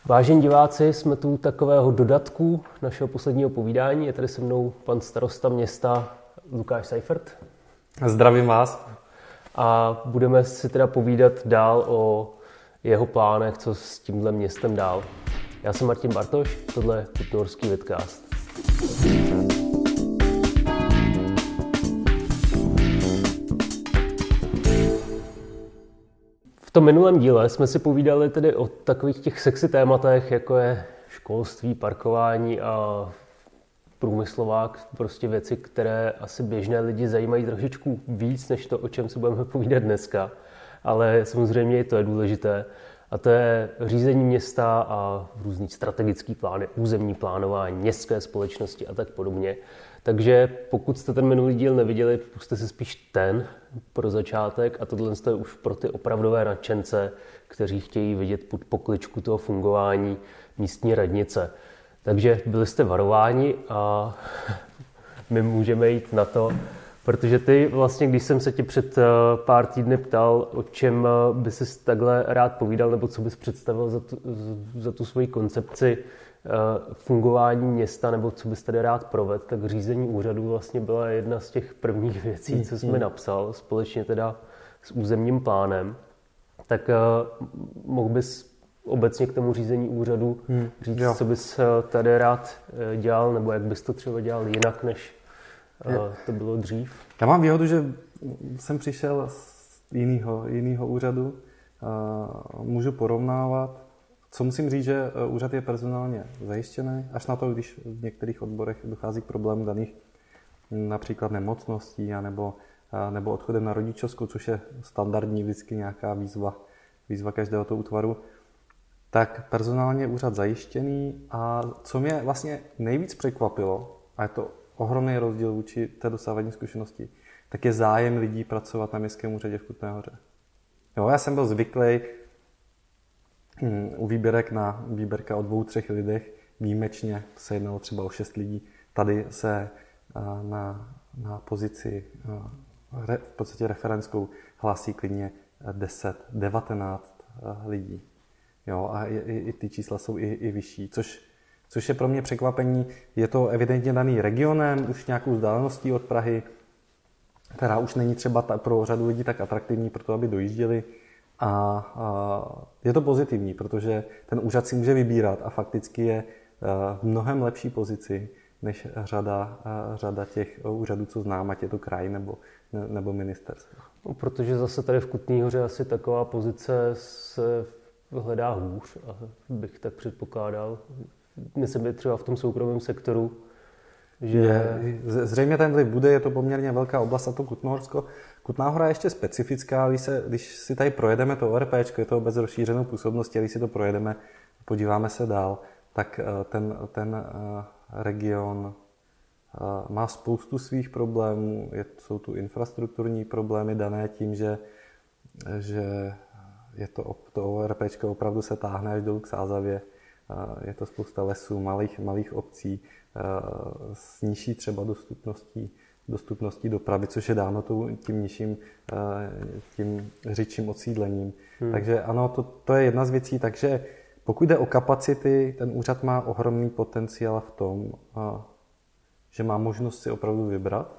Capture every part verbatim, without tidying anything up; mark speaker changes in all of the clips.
Speaker 1: Vážení diváci, jsme tu takového dodatku našeho posledního povídání. Je tady se mnou pan starosta města Lukáš Seifert.
Speaker 2: Zdravím vás.
Speaker 1: A budeme si teda povídat dál o jeho plánech, co s tímhle městem dál. Já jsem Martin Bartoš, tohle je Kutnohorský vidcast. V tom minulém díle jsme si povídali tedy o takových těch sexy tématech, jako je školství, parkování a průmyslovák, prostě věci, které asi běžné lidi zajímají trošičku víc, než to, o čem si budeme povídat dneska. Ale samozřejmě i to je důležité. A to je řízení města a různý strategický plány, územní plánování, městské společnosti a tak podobně. Takže pokud jste ten minulý díl neviděli, pusťte si spíš ten pro začátek a tohle je už pro ty opravdové nadšence, kteří chtějí vidět pod pokličku toho fungování místní radnice. Takže byli jste varováni a my můžeme jít na to, protože ty vlastně, když jsem se tě před pár týdny ptal, o čem by si takhle rád povídal, nebo co bys představil za tu, za tu svoji koncepci fungování města, nebo co bys tady rád provedl, tak řízení úřadu vlastně byla jedna z těch prvních věcí, co jsi mi napsal, společně teda s územním plánem. Tak mohl bys obecně k tomu řízení úřadu říct, hmm, co bys tady rád dělal, nebo jak bys to třeba dělal jinak, než to bylo dřív?
Speaker 2: Já mám výhodu, že jsem přišel z jiného, jiného úřadu, můžu porovnávat. Co musím říct, že úřad je personálně zajištěný, až na to, když v některých odborech dochází k problémům daných například nemocností nebo, nebo odchodem na rodičovskou, což je standardní vždycky nějaká výzva, výzva každého toho útvaru, tak personálně je úřad zajištěný. A co mě vlastně nejvíc překvapilo, a je to ohromný rozdíl vůči té dosávadní zkušenosti, tak je zájem lidí pracovat na městském úřadě v Kutné Hoře. Jo, já jsem byl zvyklý u výběrek na výběrka o dvou, třech lidech, výjimečně se jednalo třeba o šest lidí. Tady se na, na pozici v podstatě referentskou hlásí klidně deset, devatenáct lidí. Jo, a i, i ty čísla jsou i, i vyšší, což, což je pro mě překvapení. Je to evidentně daný regionem, už nějakou vzdáleností od Prahy, která už není třeba ta, pro řadu lidí tak atraktivní pro to, aby dojížděli. A, a je to pozitivní, protože ten úřad si může vybírat a fakticky je v mnohem lepší pozici než řada, řada těch úřadů, co znám, ať je to kraj nebo, nebo ministerstvo.
Speaker 1: No, protože zase tady v Kutné Hoře asi taková pozice se hledá hůř, bych tak předpokládal. Myslím, že třeba v tom soukromém sektoru, že...
Speaker 2: Je, zřejmě ten vliv bude, je to poměrně velká oblast a to Kutnohorsko. Kutná Hora je ještě specifická, když, se, když si tady projedeme to ORPčko, je to bez rozšířenou působnosti, když si to projedeme, podíváme se dál, tak ten, ten region má spoustu svých problémů, je, jsou tu infrastrukturní problémy dané tím, že, že je to, to ORPčko opravdu se táhne až dolů k Sázavě. Je to spousta lesů, malých, malých obcí, s nižší třeba dostupností, dostupností dopravy, což je dáno tím nižším, tím řidším osídlením. Hmm. Takže ano, to, to je jedna z věcí. Takže pokud jde o kapacity, ten úřad má ohromný potenciál v tom, že má možnost si opravdu vybrat.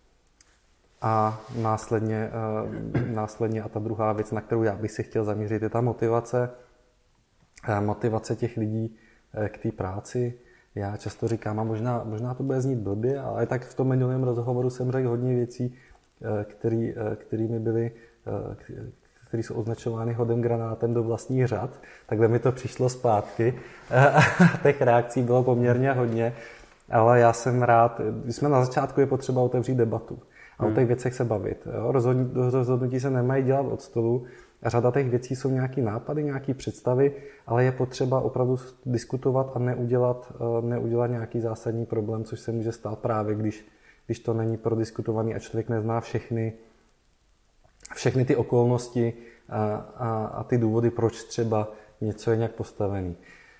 Speaker 2: A následně, následně a ta druhá věc, na kterou já bych si chtěl zaměřit, je ta motivace. Motivace těch lidí k té práci. Já často říkám, a možná, možná to bude znít blbě, ale tak v tom minulém rozhovoru jsem řekl hodně věcí, který, kterými byly, které jsou označovány hodem granátem do vlastních řad. Takhle mi to přišlo zpátky. Těch reakcí bylo poměrně hodně, ale já jsem rád, když jsme na začátku, je potřeba otevřít debatu a o těch věcech se bavit. Jo? Rozhodnutí se nemají dělat od stolu. Řada těch věcí jsou nějaké nápady, nějaké představy, ale je potřeba opravdu diskutovat a neudělat, neudělat nějaký zásadní problém, což se může stát právě, když, když to není prodiskutovaný a člověk nezná všechny, všechny ty okolnosti a, a, a ty důvody, proč třeba něco je nějak postavený.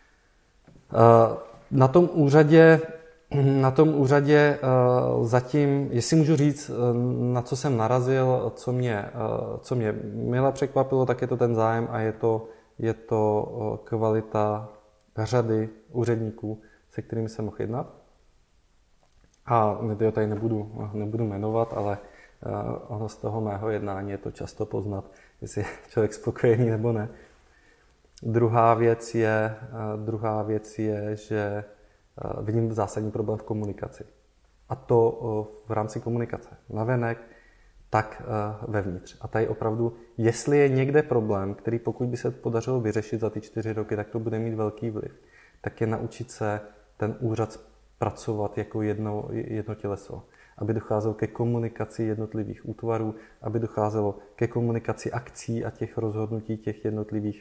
Speaker 2: Na tom úřadě Na tom úřadě zatím, jestli můžu říct, na co jsem narazil, co mě, co mě mile překvapilo, tak je to ten zájem a je to, je to kvalita řady úředníků, se kterými se mohl jednat. A já tady nebudu, nebudu jmenovat, ale ono z toho mého jednání je to často poznat, jestli je člověk spokojený nebo ne. Druhá věc je, druhá věc je, že vidím zásadní problém v komunikaci. A to v rámci komunikace. Navenek, tak vevnitř. A tady opravdu, jestli je někde problém, který pokud by se podařilo vyřešit za ty čtyři roky, tak to bude mít velký vliv, tak je naučit se ten úřad pracovat jako jedno, jedno těleso. Aby docházelo ke komunikaci jednotlivých útvarů, aby docházelo ke komunikaci akcí a těch rozhodnutí těch jednotlivých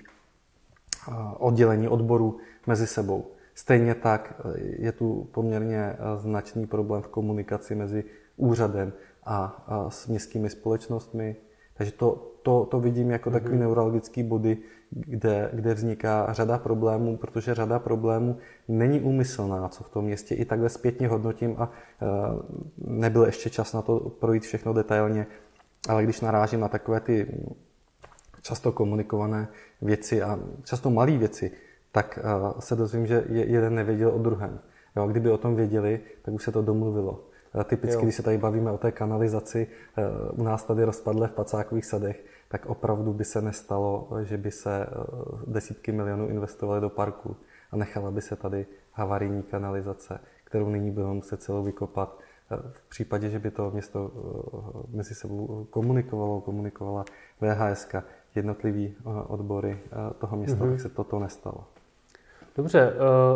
Speaker 2: oddělení odborů mezi sebou. Stejně tak je tu poměrně značný problém v komunikaci mezi úřadem a, a s městskými společnostmi. Takže to, to, to vidím jako takový mm-hmm. neurologický body, kde, kde vzniká řada problémů, protože řada problémů není úmyslná, co v tom městě i takhle zpětně hodnotím a e, nebyl ještě čas na to projít všechno detailně, ale když narážím na takové ty často komunikované věci a často malé věci, tak e, se dozvím, že jeden nevěděl o druhém. Jo, kdyby o tom věděli, tak už se to domluvilo. Typicky, jo. Když se tady bavíme o té kanalizaci, u nás tady rozpadle v Pacákových sadech, tak opravdu by se nestalo, že by se desítky milionů investovaly do parku a nechala by se tady havarijní kanalizace, kterou nyní budeme muset celou vykopat. V případě, že by to město mezi sebou komunikovalo, komunikovala V H S ka, jednotlivý odbory toho města, mm-hmm. tak se toto nestalo.
Speaker 1: Dobře,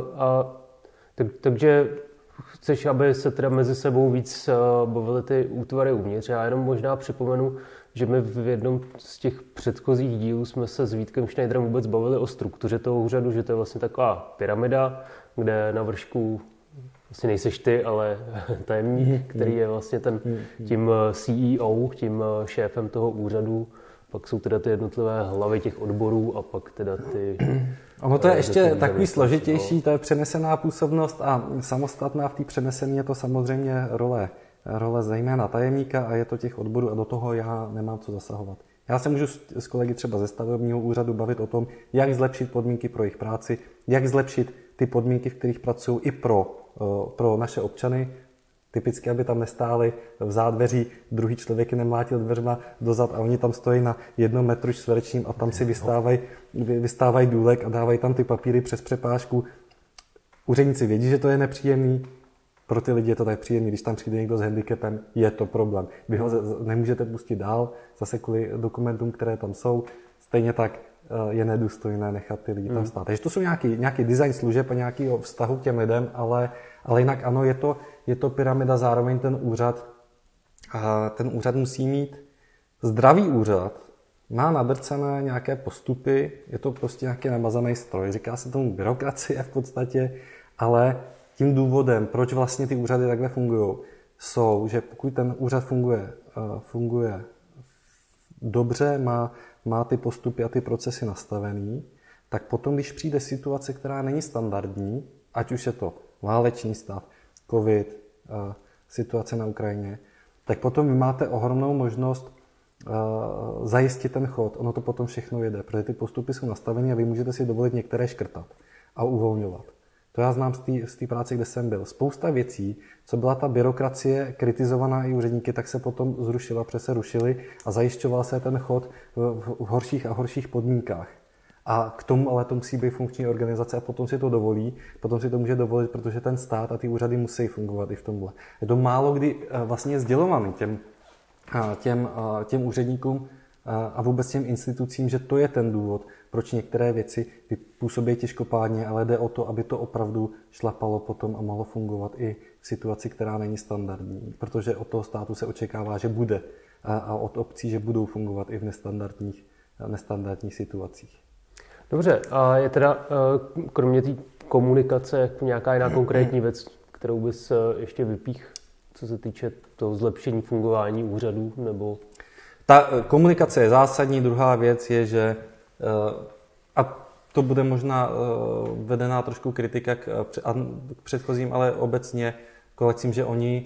Speaker 1: a tak, takže chceš, aby se teda mezi sebou víc bavily ty útvary uvnitř. Já jenom možná připomenu, že my v jednom z těch předchozích dílů jsme se s Vítkem Schneiderem vůbec bavili o struktuře toho úřadu, že to je vlastně taková pyramida, kde na vršku vlastně nejseš ty, ale tajemník, který je vlastně ten, tím C E O, tím šéfem toho úřadu. Pak jsou teda ty jednotlivé hlavy těch odborů a pak teda ty...
Speaker 2: Ono to je ještě takový složitější, to je přenesená působnost a samostatná v té přenesené je to samozřejmě role, role zejména tajemníka a je to těch odborů a do toho já nemám co zasahovat. Já se můžu s kolegy třeba ze stavebního úřadu bavit o tom, jak zlepšit podmínky pro jejich práci, jak zlepšit ty podmínky, v kterých pracují i pro, pro naše občany. Typicky, aby tam nestáli vzad dveří, druhý člověk je nemlátil dveřma dozad a oni tam stojí na jednom metru čtverečním a tam si vystávají, vystávají důlek a dávají tam ty papíry přes přepážku. Úředníci vědí, že to je nepříjemný, pro ty lidi je to tak příjemný, když tam přijde někdo s handicapem, je to problém. Vy ho nemůžete pustit dál, zase kvůli dokumentům, které tam jsou, stejně tak je nedůstojné nechat ty lidi tam stát. Takže to jsou nějaký, nějaký design služeb a nějaký vztahu k těm lidem, ale, ale jinak ano, je to, je to pyramida, zároveň ten úřad. A ten úřad musí mít zdravý úřad, má nadrcené nějaké postupy, je to prostě nějaký namazaný stroj. Říká se tomu byrokracie v podstatě, ale tím důvodem, proč vlastně ty úřady takhle fungují, jsou, že pokud ten úřad funguje, funguje dobře, má, má ty postupy a ty procesy nastavený, tak potom, když přijde situace, která není standardní, ať už je to válečný stav, covid, situace na Ukrajině, tak potom vy máte ohromnou možnost zajistit ten chod. Ono to potom všechno jede, protože ty postupy jsou nastavené a vy můžete si dovolit některé škrtat a uvolňovat. To já znám z té práce, kde jsem byl. Spousta věcí, co byla ta byrokracie kritizovaná i úředníky, tak se potom zrušila, protože se rušily a zajišťoval se ten chod v, v horších a horších podmínkách. A k tomu ale to musí být funkční organizace a potom si to dovolí, potom si to může dovolit, protože ten stát a ty úřady musí fungovat i v tomhle. Je to málo kdy vlastně sdělovaný těm, těm, těm úředníkům a vůbec těm institucím, že to je ten důvod, proč některé věci působí těžkopádně, ale jde o to, aby to opravdu šlapalo potom a mohlo fungovat i v situaci, která není standardní. Protože od toho státu se očekává, že bude a od obcí, že budou fungovat i v nestandardních, nestandardních situacích.
Speaker 1: Dobře, a je teda kromě té komunikace nějaká jiná konkrétní věc, kterou bys ještě vypích, co se týče toho zlepšení fungování úřadů, nebo...
Speaker 2: Ta komunikace je zásadní. Druhá věc je, že, a to bude možná vedená trošku kritika k předchozím, ale obecně kolekcím, že oni,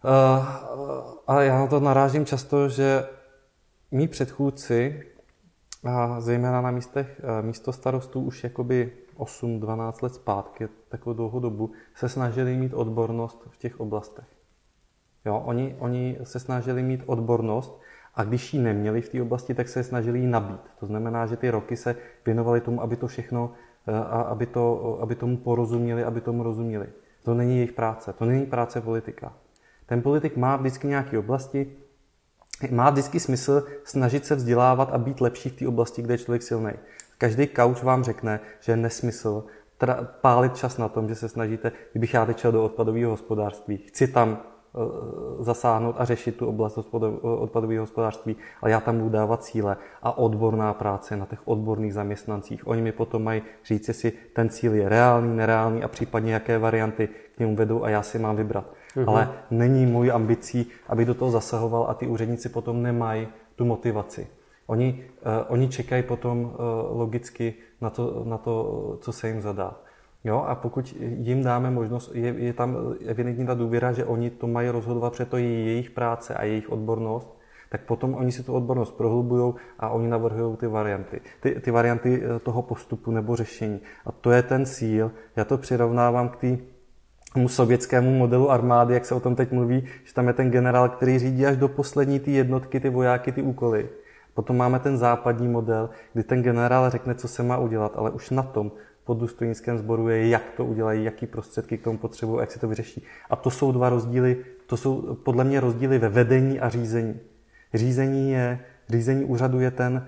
Speaker 2: a já na to narážím často, že mí předchůdci A zejména na místech místo starostů už jakoby osm dvanáct let zpátky, takovou dlouhou dobu, se snažili mít odbornost v těch oblastech. Jo, oni, oni se snažili mít odbornost a když ji neměli v té oblasti, tak se snažili ji nabít. To znamená, že ty roky se věnovali tomu, aby to všechno, a aby, to, aby tomu porozuměli, aby tomu rozuměli. To není jejich práce, to není práce politika. Ten politik má vždycky nějaké oblasti, má vždycky smysl snažit se vzdělávat a být lepší v té oblasti, kde je člověk silný. Každý kauč vám řekne, že je nesmysl tra- pálit čas na tom, že se snažíte, kdybych já teď šel do odpadového hospodářství, chci tam uh, zasáhnout a řešit tu oblast odpadového hospodářství, ale já tam budu dávat cíle a odborná práce na těch odborných zaměstnancích. Oni mi potom mají říct, jestli ten cíl je reálný, nereálný a případně jaké varianty k němu vedou a já si mám vybrat. Uhum. Ale není můj ambicí, aby do toho zasahoval a ty úředníci potom nemají tu motivaci. Oni, uh, oni čekají potom uh, logicky na to, na to, co se jim zadá. Jo? A pokud jim dáme možnost, je, je tam evidentní ta důvěra, že oni to mají rozhodovat, protože to je jejich práce a jejich odbornost, tak potom oni si tu odbornost prohlubují a oni navrhují ty varianty. Ty, ty varianty toho postupu nebo řešení. A to je ten cíl. Já to přirovnávám k té tomu sovětskému modelu armády, jak se o tom teď mluví, že tam je ten generál, který řídí až do poslední ty jednotky, ty vojáky, ty úkoly. Potom máme ten západní model, kdy ten generál řekne, co se má udělat, ale už na tom poddůstojnickém sboru je, jak to udělají, jaký prostředky k tomu potřebují, jak se to vyřeší. A to jsou dva rozdíly, to jsou podle mě rozdíly ve vedení a řízení. Řízení je, řízení úřadu je ten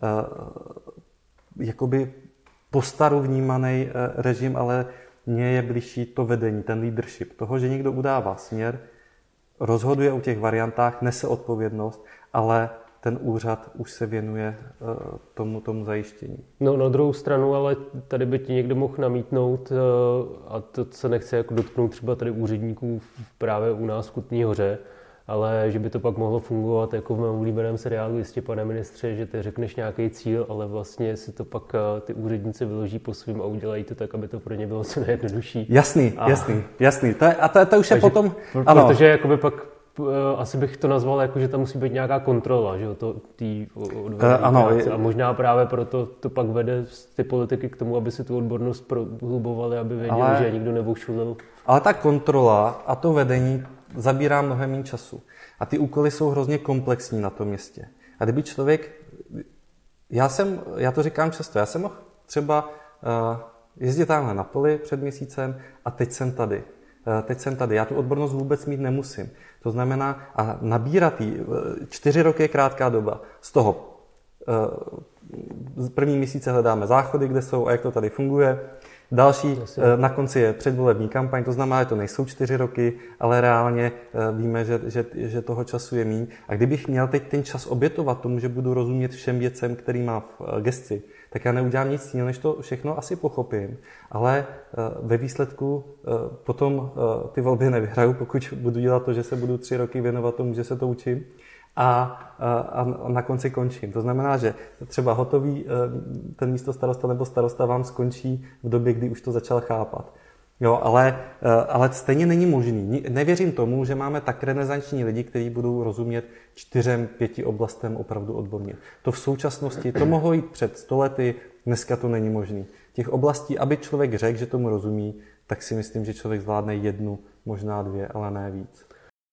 Speaker 2: uh, jakoby po staru vnímaný uh, režim, ale mně je blížší to vedení, ten leadership. Toho, že někdo udává směr, rozhoduje o těch variantách, nese odpovědnost, ale ten úřad už se věnuje uh, tomu, tomu zajištění.
Speaker 1: No na druhou stranu, ale tady by ti někdo mohl namítnout, uh, a to se nechce jako dotknout třeba tady úředníků právě u nás v Kutné Hoře, ale že by to pak mohlo fungovat jako v mém oblíbeném seriálu Jistě, pane ministře, že ty řekneš nějaký cíl, ale vlastně si to pak ty úředníci vyloží po svým a udělají to tak, aby to pro ně bylo co nejjednodušší.
Speaker 2: Jasný, a... jasný, jasný. To je, a to, to už je
Speaker 1: Takže,
Speaker 2: potom...
Speaker 1: Ano. Protože jakoby pak asi bych to nazval jako, že tam musí být nějaká kontrola, že jo, to tý odvedení uh, ano, práce. A možná právě proto to pak vede ty politiky k tomu, aby si tu odbornost prohlubovali, aby věděli, ale, že nikdo nevošulil.
Speaker 2: Ale ta kontrola a to vedení zabírá mnohem méně času. A ty úkoly jsou hrozně komplexní na tom městě. A kdyby člověk... Já jsem, já to říkám často, já jsem mohl třeba uh, jezdit tamhle na poli před měsícem a teď jsem tady. Uh, teď jsem tady. Já tu odbornost vůbec mít nemusím. To znamená, a nabírat jí, čtyři roky je krátká doba. Z toho uh, první měsíce hledáme záchody, kde jsou a jak to tady funguje. Další, Jasně. na konci je předvolební kampaň, to znamená, že to nejsou čtyři roky, ale reálně víme, že, že, že toho času je míň. A kdybych měl teď ten čas obětovat tomu, že budu rozumět všem věcem, který má v gesci, tak já neudělám nic jiného, než to všechno asi pochopím. Ale ve výsledku potom ty volby nevyhraju, pokud budu dělat to, že se budu tři roky věnovat tomu, že se to učím. A, a, a na konci končím. To znamená, že třeba hotový ten místo starosta nebo starosta vám skončí v době, kdy už to začal chápat. Jo, ale, ale stejně není možný. Nevěřím tomu, že máme tak renesanční lidi, kteří budou rozumět čtyřem, pěti oblastem opravdu odborně. To v současnosti, to mohlo jít před sto lety, dneska to není možný. Těch oblastí, aby člověk řekl, že tomu rozumí, tak si myslím, že člověk zvládne jednu, možná dvě, ale ne víc.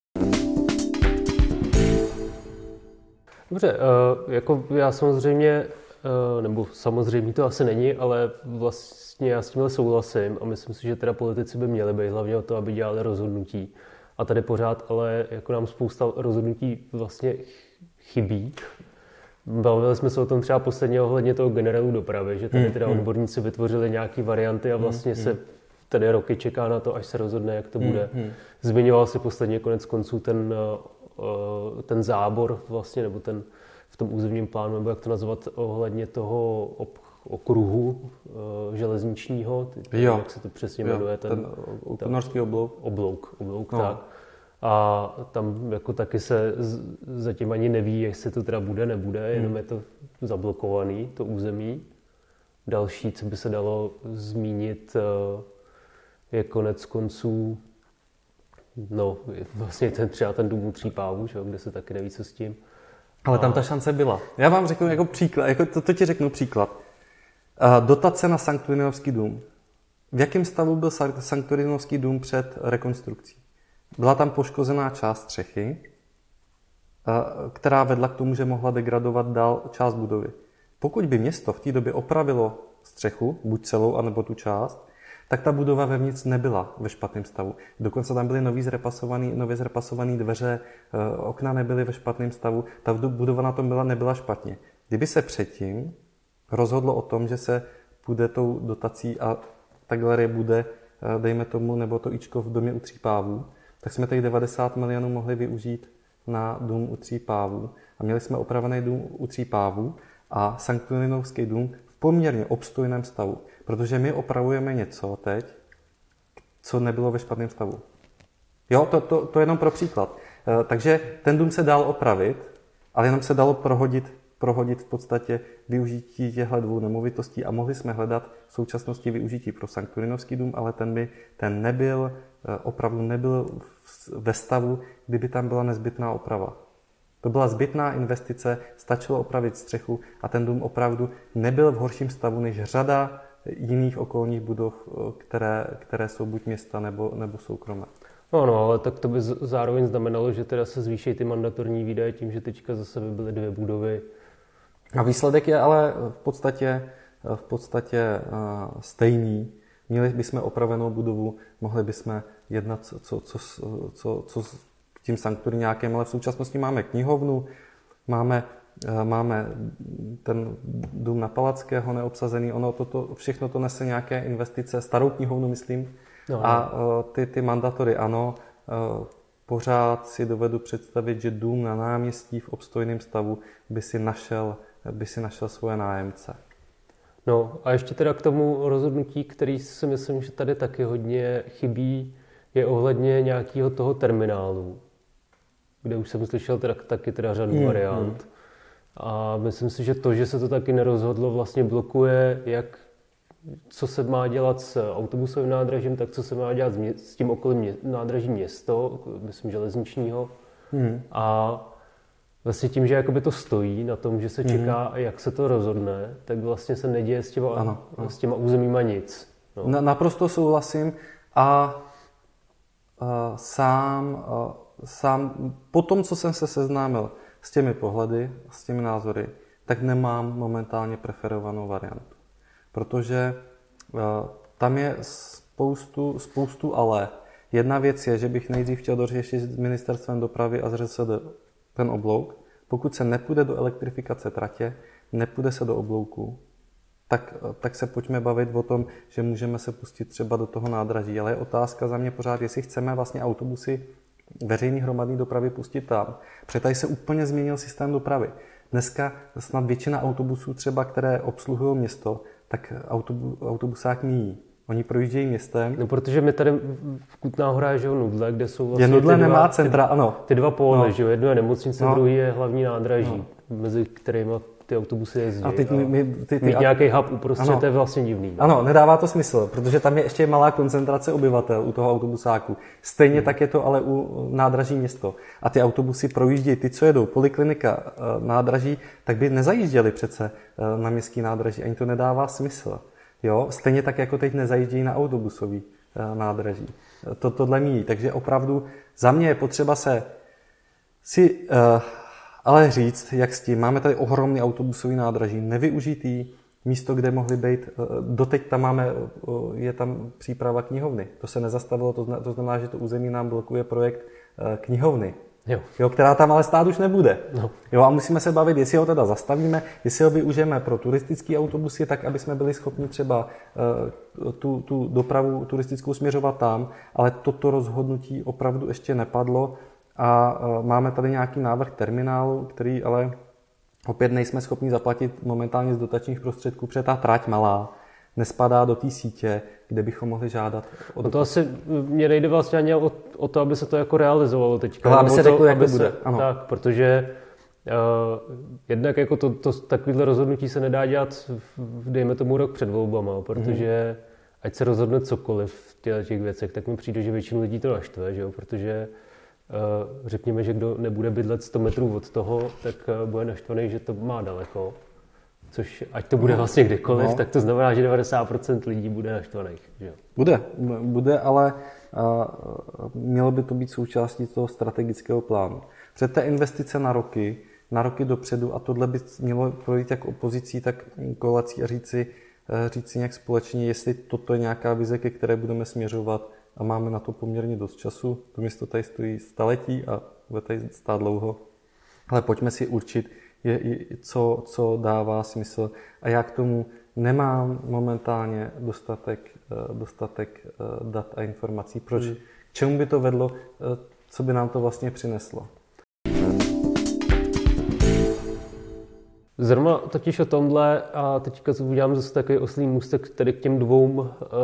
Speaker 1: Dobře, jako já samozřejmě, nebo samozřejmě to asi není, ale vlastně já s tímhle souhlasím a myslím si, že teda politici by měli být hlavně o to, aby dělali rozhodnutí. A tady pořád ale jako nám spousta rozhodnutí vlastně chybí. Bavili jsme se o tom třeba posledně ohledně toho generálu dopravy, že tady teda odborníci vytvořili nějaké varianty a vlastně se tady roky čeká na to, až se rozhodne, jak to bude. Zmiňoval si posledně konec konců ten ten zábor vlastně, nebo ten v tom územním plánu, nebo jak to nazvat, ohledně toho ob, okruhu uh, železničního, ty,
Speaker 2: jo,
Speaker 1: jak se to přesně jmenuje.
Speaker 2: Ten, ten Kutnohorský oblouk.
Speaker 1: Oblouk, oblouk, no. Tak. A tam jako taky se z, zatím ani neví, jestli to teda bude, nebude, hmm. jenom je to zablokovaný, to území. Další, co by se dalo zmínit, uh, je konec konců No, vlastně ten, třeba ten dům u Tří pávů, že, kde se taky neví, co s tím.
Speaker 2: Ale tam ta šance byla. Já vám řeknu jako příklad, jako to, to ti řeknu příklad. Uh, dotace na Sanktorinovský dům. V jakém stavu byl Sanktorinovský dům před rekonstrukcí? Byla tam poškozená část střechy, uh, která vedla k tomu, že mohla degradovat dál část budovy. Pokud by město v té době opravilo střechu, buď celou, anebo tu část, tak ta budova vevnitř nebyla ve špatném stavu. Dokonce tam byly nový zrepasovaný, nově zrepasované dveře, okna nebyly ve špatném stavu, ta budova na tom byla, nebyla špatně. Kdyby se předtím rozhodlo o tom, že se půjde tou dotací a ta galerie bude, dejme tomu, nebo to ičko v domě u Tří pávů, tak jsme těch devadesát milionů mohli využít na dům u Tří pávů. A měli jsme opravený dům u Tří pávů a Sanktorinovský dům v poměrně obstojném stavu. Protože my opravujeme něco teď, co nebylo ve špatném stavu. Jo, to, to, to je jenom pro příklad. E, takže ten dům se dal opravit, ale jenom se dalo prohodit, prohodit v podstatě využití těchto dvou nemovitostí a mohli jsme hledat v současnosti využití pro Sanktorinovský dům, ale ten by ten nebyl, opravdu nebyl ve stavu, kdyby tam byla nezbytná oprava. To byla zbytná investice, stačilo opravit střechu a ten dům opravdu nebyl v horším stavu než řada jiných okolních budov, které, které jsou buď města nebo, nebo soukromé.
Speaker 1: No, no, ale tak to by zároveň znamenalo, že teda se zvýší ty mandatorní výdaje tím, že teďka zase by byly dvě budovy.
Speaker 2: A výsledek je ale v podstatě, v podstatě stejný. Měli bychom opravenou budovu, mohli bychom jednat co, co, co, co, co s tím Sanktoriňákem, ale v současnosti máme knihovnu, máme Máme ten dům na Palackého neobsazený, ono toto, všechno to nese nějaké investice, starou knihovnu myslím, no, a ty, ty mandatory ano, pořád si dovedu představit, že dům na náměstí v obstojném stavu by si našel, by si našel svoje nájemce.
Speaker 1: No a ještě teda k tomu rozhodnutí, který si myslím, že tady taky hodně chybí, je ohledně nějakého toho terminálu, kde už jsem slyšel teda, taky teda řadu hmm, variant. Hmm. A myslím si, že to, že se to taky nerozhodlo, vlastně blokuje, jak, co se má dělat s autobusovým nádražím, tak co se má dělat s, mě, s tím okolím mě, nádraží město, myslím železničního. Hmm. A vlastně tím, že jakoby to stojí na tom, že se čeká, hmm. jak se to rozhodne, tak vlastně se neděje s těma, ano, ano. S těma územíma nic. No.
Speaker 2: Na, naprosto souhlasím a, a sám, a, sám po tom, co jsem se seznámil s těmi pohledy, s těmi názory, tak nemám momentálně preferovanou variantu. Protože uh, tam je spoustu, spoustu ale. Jedna věc je, že bych nejdřív chtěl dořešit s ministerstvem dopravy a z ŘSD ten oblouk. Pokud se nepůjde do elektrifikace tratě, nepůjde se do oblouku, tak, tak se pojďme bavit o tom, že můžeme se pustit třeba do toho nádraží. Ale je otázka za mě pořád, jestli chceme vlastně autobusy veřejný hromadný dopravy pustit tam. Protože tady se úplně změnil systém dopravy. Dneska snad většina autobusů třeba, které obsluhují město, tak autobu, autobusák míjí. Oni projíždějí městem.
Speaker 1: No, protože my tady v Kutná Hora je Nudle, kde jsou vlastně
Speaker 2: je Nudle
Speaker 1: ty
Speaker 2: nemá
Speaker 1: dva,
Speaker 2: centra,
Speaker 1: ty,
Speaker 2: ano.
Speaker 1: Ty dva póly, no. Že jo? Jedno je nemocnice,
Speaker 2: no.
Speaker 1: Druhý je hlavní nádraží, no. Mezi kterými ty autobusy jezdí.
Speaker 2: A teď my, my, ty, ty,
Speaker 1: mít
Speaker 2: a...
Speaker 1: nějaký hub uprostřed, to je vlastně divný. No?
Speaker 2: Ano, nedává to smysl, protože tam je ještě malá koncentrace obyvatel u toho autobusáku. Stejně hmm. tak je to ale u nádraží město. A ty autobusy projíždějí, ty, co jedou, poliklinika, nádraží, tak by nezajížděli přece na městský nádraží. Ani to nedává smysl. Jo? Stejně tak, jako teď nezajíždějí na autobusový nádraží. To, tohle míjí. Takže opravdu za mě je potřeba se si... Uh, ale říct, jak s tím. Máme tady ohromný autobusový nádraží, nevyužitý, místo, kde mohly být. Doteď tam máme, je tam příprava knihovny. To se nezastavilo, to znamená, že to území nám blokuje projekt knihovny,
Speaker 1: jo.
Speaker 2: Jo, která tam ale stát už nebude.
Speaker 1: No.
Speaker 2: Jo, a musíme se bavit, jestli ho teda zastavíme, jestli ho využijeme pro turistické autobusy, tak aby jsme byli schopni třeba tu, tu dopravu turistickou směřovat tam, ale toto rozhodnutí opravdu ještě nepadlo. A máme tady nějaký návrh terminálu, který ale opět nejsme schopni zaplatit momentálně z dotačních prostředků, protože ta trať malá nespadá do té sítě, kde bychom mohli žádat o
Speaker 1: no to asi mě nejde vlastně ani o, o to, aby se to jako realizovalo teďka.
Speaker 2: Ale aby se řeklo, jak to
Speaker 1: se,
Speaker 2: bude. Ano.
Speaker 1: Tak, protože uh, jednak jako to, to, takovýhle rozhodnutí se nedá dělat, v, dejme tomu rok před volbama, protože mm-hmm. ať se rozhodne cokoliv v těch věcech, tak mi přijde, že většinu lidí to naštve, že jo? Protože řekněme, že kdo nebude bydlet sto metrů od toho, tak bude naštvaný, že to má daleko. Což ať to bude vlastně kdekoliv, no. Tak to znamená, že devadesát procent lidí bude naštvaných. Že?
Speaker 2: Bude, bude, ale uh, mělo by to být součástí toho strategického plánu. Před té investice na roky, na roky dopředu, a tohle by mělo projít jak opozicí, tak koalicí a říci, říci nějak společně, jestli toto je nějaká vize, ke které budeme směřovat a máme na to poměrně dost času. To město tady stojí staletí a bude tady stát dlouho. Ale pojďme si určit, je, co, co dává smysl. A já k tomu nemám momentálně dostatek, dostatek dat a informací. Proč? Hmm. K čemu by to vedlo? Co by nám to vlastně přineslo?
Speaker 1: Zrovna totiž o tomhle, a teďka udělám zase takový oslý můstek tedy k těm dvou uh,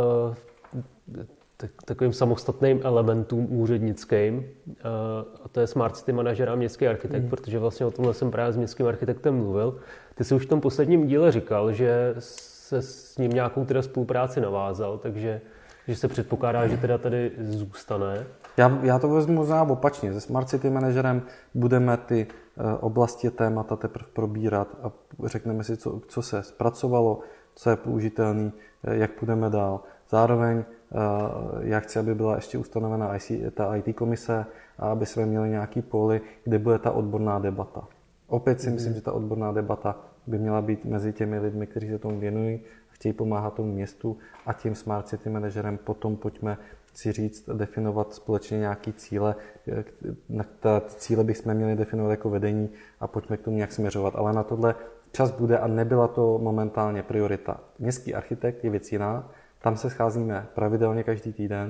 Speaker 1: tak, takovým samostatným elementům úřednickým, uh, a to je Smart City Manager a městský architekt, mm. protože vlastně o tomhle jsem právě s městským architektem mluvil. Ty jsi už v tom posledním díle říkal, že se s ním nějakou teda spolupráci navázal, takže že se předpokládá, že teda tady zůstane.
Speaker 2: Já, já to vezmu možná opačně. Se Smart City Managerem budeme ty oblasti témata teprve probírat a řekneme si, co, co se zpracovalo, co je použitelný, jak půjdeme dál. Zároveň já chci, aby byla ještě ustanovena ta í té komise a aby jsme měli nějaký poli, kde bude ta odborná debata. Opět si mm. myslím, že ta odborná debata by měla být mezi těmi lidmi, kteří se tomu věnují, chtějí pomáhat tomu městu, a tím Smart City Managerem potom pojďme si říct, definovat společně nějaký cíle. Na ta cíle bychom měli definovat jako vedení a pojďme k tomu nějak směřovat. Ale na tohle čas bude a nebyla to momentálně priorita. Městský architekt je věc jiná, tam se scházíme pravidelně každý týden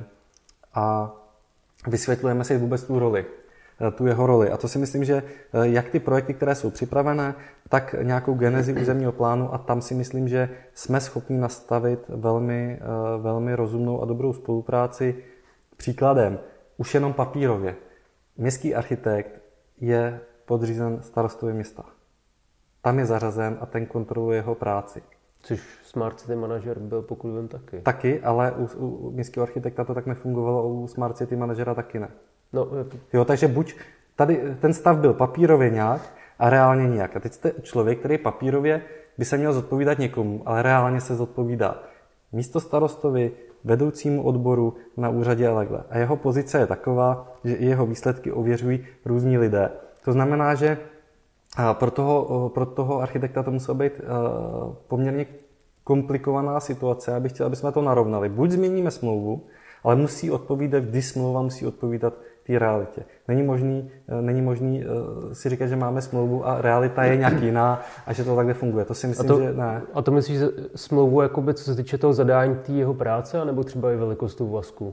Speaker 2: a vysvětlujeme si vůbec tu roli, tu jeho roli. A to si myslím, že jak ty projekty, které jsou připravené, tak nějakou genezi územního plánu, a tam si myslím, že jsme schopni nastavit velmi, velmi rozumnou a dobrou spolupráci. Příkladem, už jenom papírově. Městský architekt je podřízen starostovi města. Tam je zařazen a ten kontroluje jeho práci.
Speaker 1: Což Smart City Manager byl, pokud vím, taky.
Speaker 2: Taky, ale u, u městského architekta to tak nefungovalo, a u Smart City Managera taky ne.
Speaker 1: No,
Speaker 2: jo, takže buď tady ten stav byl papírově nějak a reálně nějak. A teď jste člověk, který papírově by se měl zodpovídat někomu, ale reálně se zodpovídá místo starostovi, vedoucímu odboru na úřadě a takhle. A jeho pozice je taková, že i jeho výsledky ověřují různí lidé. To znamená, že pro toho, pro toho architekta to musela být poměrně komplikovaná situace. Já bych chtěl, aby jsme to narovnali. Buď změníme smlouvu, ale musí odpovídat, kdy smlouva musí odpovídat té realitě. Není možný, není možný si říkat, že máme smlouvu a realita je nějak jiná a že to takhle funguje. To si myslím,
Speaker 1: a to,
Speaker 2: že ne.
Speaker 1: A to myslíš smlouvu, jakoby, co se týče toho zadání té jeho práce, anebo třeba i velikost úvazku?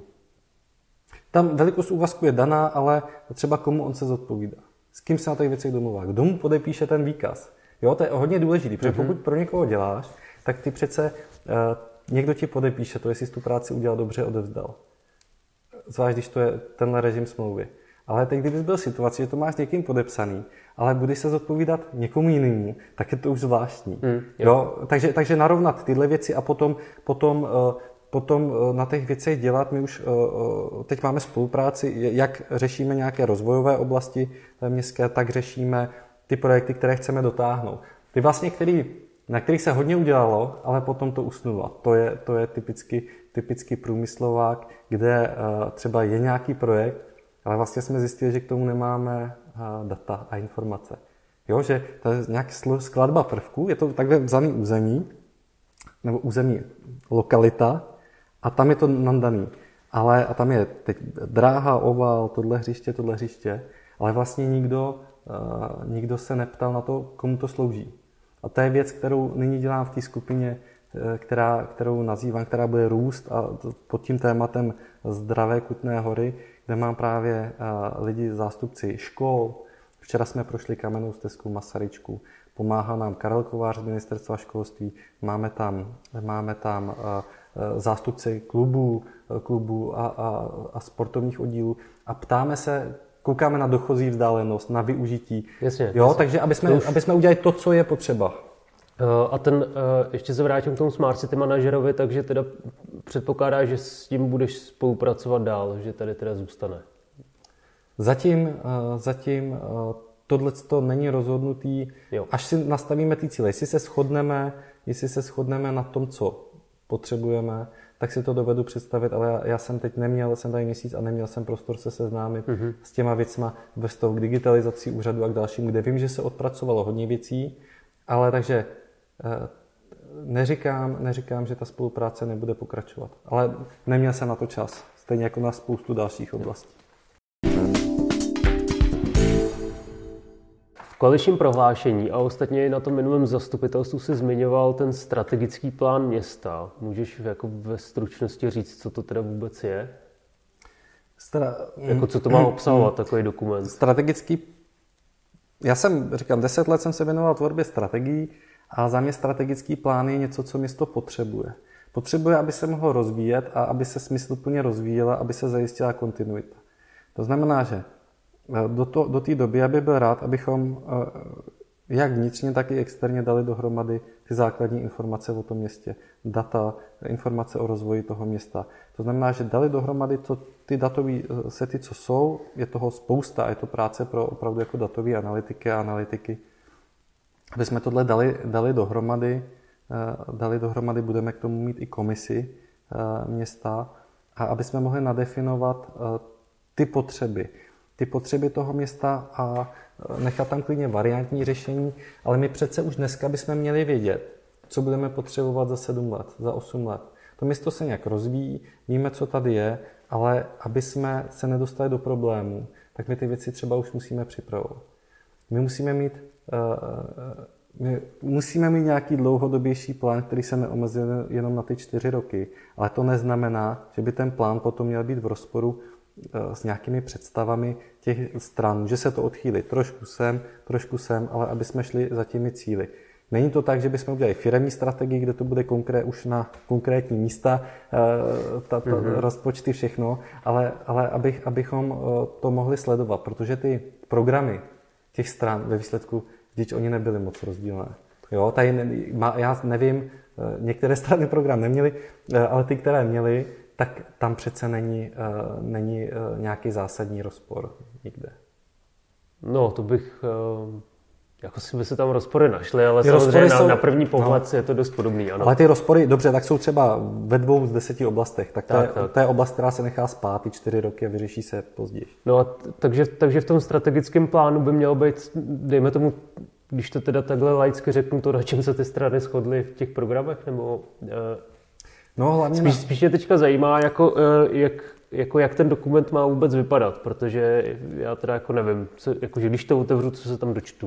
Speaker 2: Tam velikost úvazku je daná, ale třeba komu on se zodpovídá. S kým se na těch věcech domluvá. Kdo mu podepíše ten výkaz. Jo, to je hodně důležité, protože pokud pro někoho děláš, tak ty přece uh, někdo ti podepíše to, jestli jsi tu práci udělal dobře, odevzdal. Zvlášť, když to je tenhle režim smlouvy. Ale teď, kdybys byl v situaci, že to máš někým podepsaný, ale budeš se zodpovídat někomu jinému, tak je to už zvláštní. Mm, jo. Jo? Takže, takže narovnat tyhle věci a potom, potom, uh, potom uh, na těch věcech dělat. My už uh, teď máme spolupráci, jak řešíme nějaké rozvojové oblasti městské, tak řešíme ty projekty, které chceme dotáhnout. Ty vlastně, který, na kterých se hodně udělalo, ale potom to usnulo. To je, to je typicky, typicky průmyslovák, kde uh, třeba je nějaký projekt, ale vlastně jsme zjistili, že k tomu nemáme uh, data a informace. Jo, že to je nějaká skladba prvků, je to takhle vzaný území, nebo území lokalita, a tam je to nandaný. Ale a tam je teď dráha, oval, tohle hřiště, tohle hřiště, ale vlastně nikdo, uh, nikdo se neptal na to, komu to slouží. A to je věc, kterou nyní dělám v té skupině, která, kterou nazývám, která bude růst, a pod tím tématem Zdravé Kutné Hory, kde mám právě lidi, zástupci škol. Včera jsme prošli kamennou stezku Masaryčku. Pomáhá nám Karel Kovář z Ministerstva školství. Máme tam, máme tam zástupci klubů, klubů a, a, a sportovních oddílů a ptáme se, koukáme na dochozí vzdálenost, na využití.
Speaker 1: Jasně,
Speaker 2: jo,
Speaker 1: jasně.
Speaker 2: Takže aby jsme, už... aby jsme udělali to, co je potřeba.
Speaker 1: A ten, ještě se vrátím k tomu Smart City Managerovi, takže teda předpokládá, že s tím budeš spolupracovat dál, že tady teda zůstane.
Speaker 2: Zatím, zatím tohle to není rozhodnutý, jo. Až si nastavíme ty cíle. Jestli se shodneme, jestli se shodneme na tom, co potřebujeme, tak si to dovedu představit, ale já, já jsem teď neměl, jsem tady měsíc a neměl jsem prostor se seznámit mm-hmm. s těma věcma ve vztahu k digitalizaci úřadu a k dalším, kde vím, že se odpracovalo hodně věcí, ale takže neříkám, neříkám, že ta spolupráce nebude pokračovat, ale neměl jsem na to čas, stejně jako na spoustu dalších oblastí.
Speaker 1: V koaličním prohlášení a ostatně i na tom minulém zastupitelstvu si zmiňoval ten strategický plán města. Můžeš jako ve stručnosti říct, co to teda vůbec je? Stra... Jako co to má obsahovat, takový dokument?
Speaker 2: Strategický... Já jsem, říkám, deset let jsem se věnoval tvorbě strategií a za mě strategický plán je něco, co město potřebuje. Potřebuje, aby se mohlo rozvíjet a aby se smysluplně rozvíjela, aby se zajistila kontinuita. To znamená, že do, to, do té doby, aby byl rád, abychom jak vnitřně, tak i externě dali dohromady ty základní informace o tom městě, data, informace o rozvoji toho města. To znamená, že dali dohromady to, ty datové sety, co jsou, je toho spousta, je to práce pro opravdu jako datové analytiky a analytiky. Aby jsme tohle dali, dali dohromady, dali dohromady, budeme k tomu mít i komisi města, a aby jsme mohli nadefinovat ty potřeby. Ty potřeby toho města a nechat tam klidně variantní řešení, ale my přece už dneska bychom měli vědět, co budeme potřebovat za sedm let, za osm let. To město se nějak rozvíjí, víme, co tady je, ale aby jsme se nedostali do problémů, tak my ty věci třeba už musíme připravovat. My musíme mít, my musíme mít nějaký dlouhodobější plán, který se neomezuje jenom na ty čtyři roky, ale to neznamená, že by ten plán potom měl být v rozporu s nějakými představami těch stran. Může se to odchýlit trošku sem, trošku sem, ale aby jsme šli za těmi cíli. Není to tak, že bychom udělali firemní strategii, kde to bude konkrét, už na konkrétní místa, ta, ta, mm-hmm. rozpočty, všechno, ale, ale abych, abychom to mohli sledovat, protože ty programy těch stran ve výsledku, vždyť oni nebyly moc rozdílné. Jo, tady, já nevím, některé strany program neměly, ale ty, které měly, tak tam přece není, uh, není uh, nějaký zásadní rozpor nikde.
Speaker 1: No, to bych... Uh, jako si by se tam rozpory našly, ale ty samozřejmě na, jsou, na první pohled no, je to dost podobný. Ano.
Speaker 2: Ale ty rozpory, dobře, tak jsou třeba ve dvou z deseti oblastech. Tak to, tak, je, tak. to je oblast, která se nechá spát ty čtyři roky a vyřeší se později.
Speaker 1: No a t- takže, takže v tom strategickém plánu by mělo být, dejme tomu, když to teda takhle laicky řeknu, to, na čem se ty strany shodly v těch programech, nebo... Uh,
Speaker 2: No, hlavně
Speaker 1: spíš,
Speaker 2: na...
Speaker 1: spíš mě teďka zajímá, jako, jak, jako, jak ten dokument má vůbec vypadat, protože já teda jako nevím, co, jako, že když to otevřu, co se tam dočtu.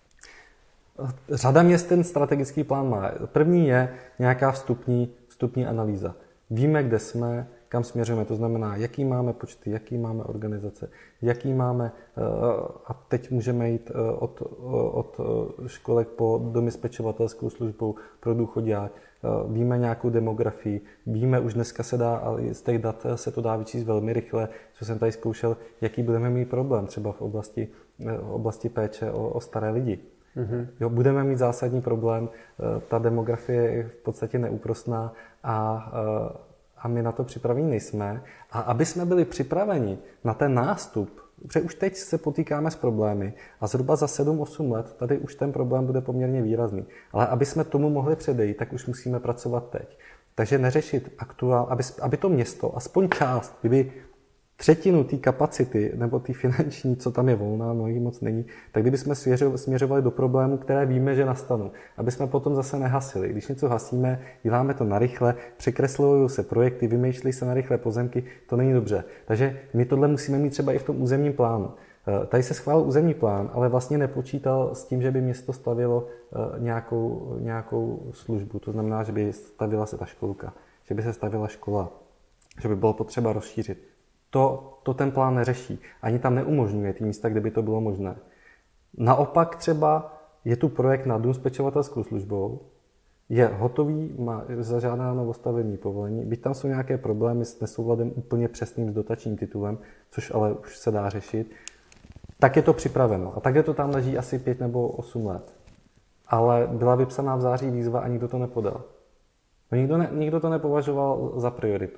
Speaker 2: Řada měst ten strategický plán má. První je nějaká vstupní, vstupní analýza. Víme, kde jsme, kam směřujeme, to znamená, jaký máme počty, jaký máme organizace, jaký máme, a teď můžeme jít od, od školek po domy s pečovatelskou službou pro důchodák, víme nějakou demografii, víme, už dneska se dá, ale z těch dat se to dá vyčíst velmi rychle, co jsem tady zkoušel, jaký budeme mít problém třeba v oblasti, v oblasti péče o, o staré lidi. Mm-hmm. Jo, budeme mít zásadní problém, ta demografie je v podstatě neúprosná a, a my na to připraveni nejsme. A aby jsme byli připraveni na ten nástup, protože už teď se potýkáme s problémy a zhruba za sedm osm let tady už ten problém bude poměrně výrazný. Ale aby jsme tomu mohli předejít, tak už musíme pracovat teď. Takže neřešit aktuál, aby, aby to město, aspoň část, kdyby třetinu té kapacity nebo té finanční, co tam je volná, no jí moc není, tak kdybychom směřovali do problémů, které víme, že nastanou. Aby jsme potom zase nehasili. Když něco hasíme, děláme to narychle, překreslují se projekty, vymýšlí se narychle pozemky, to není dobře. Takže my tohle musíme mít třeba i v tom územním plánu. Tady se schválil územní plán, ale vlastně nepočítal s tím, že by město stavilo nějakou, nějakou službu. To znamená, že by stavila se ta školka, že by se stavila škola, že by bylo potřeba rozšířit. To, to ten plán neřeší. Ani tam neumožňuje ty místa, kde by to bylo možné. Naopak třeba je tu projekt na dům s pečovatelskou službou, je hotový, má zažádáno o stavební povolení, byť tam jsou nějaké problémy s nesouladem úplně přesným s dotačním titulem, což ale už se dá řešit, tak je to připraveno. A takhle to tam leží asi pět nebo osm let. Ale byla vypsaná v září výzva a nikdo to nepodal. No nikdo, ne, nikdo to nepovažoval za prioritu.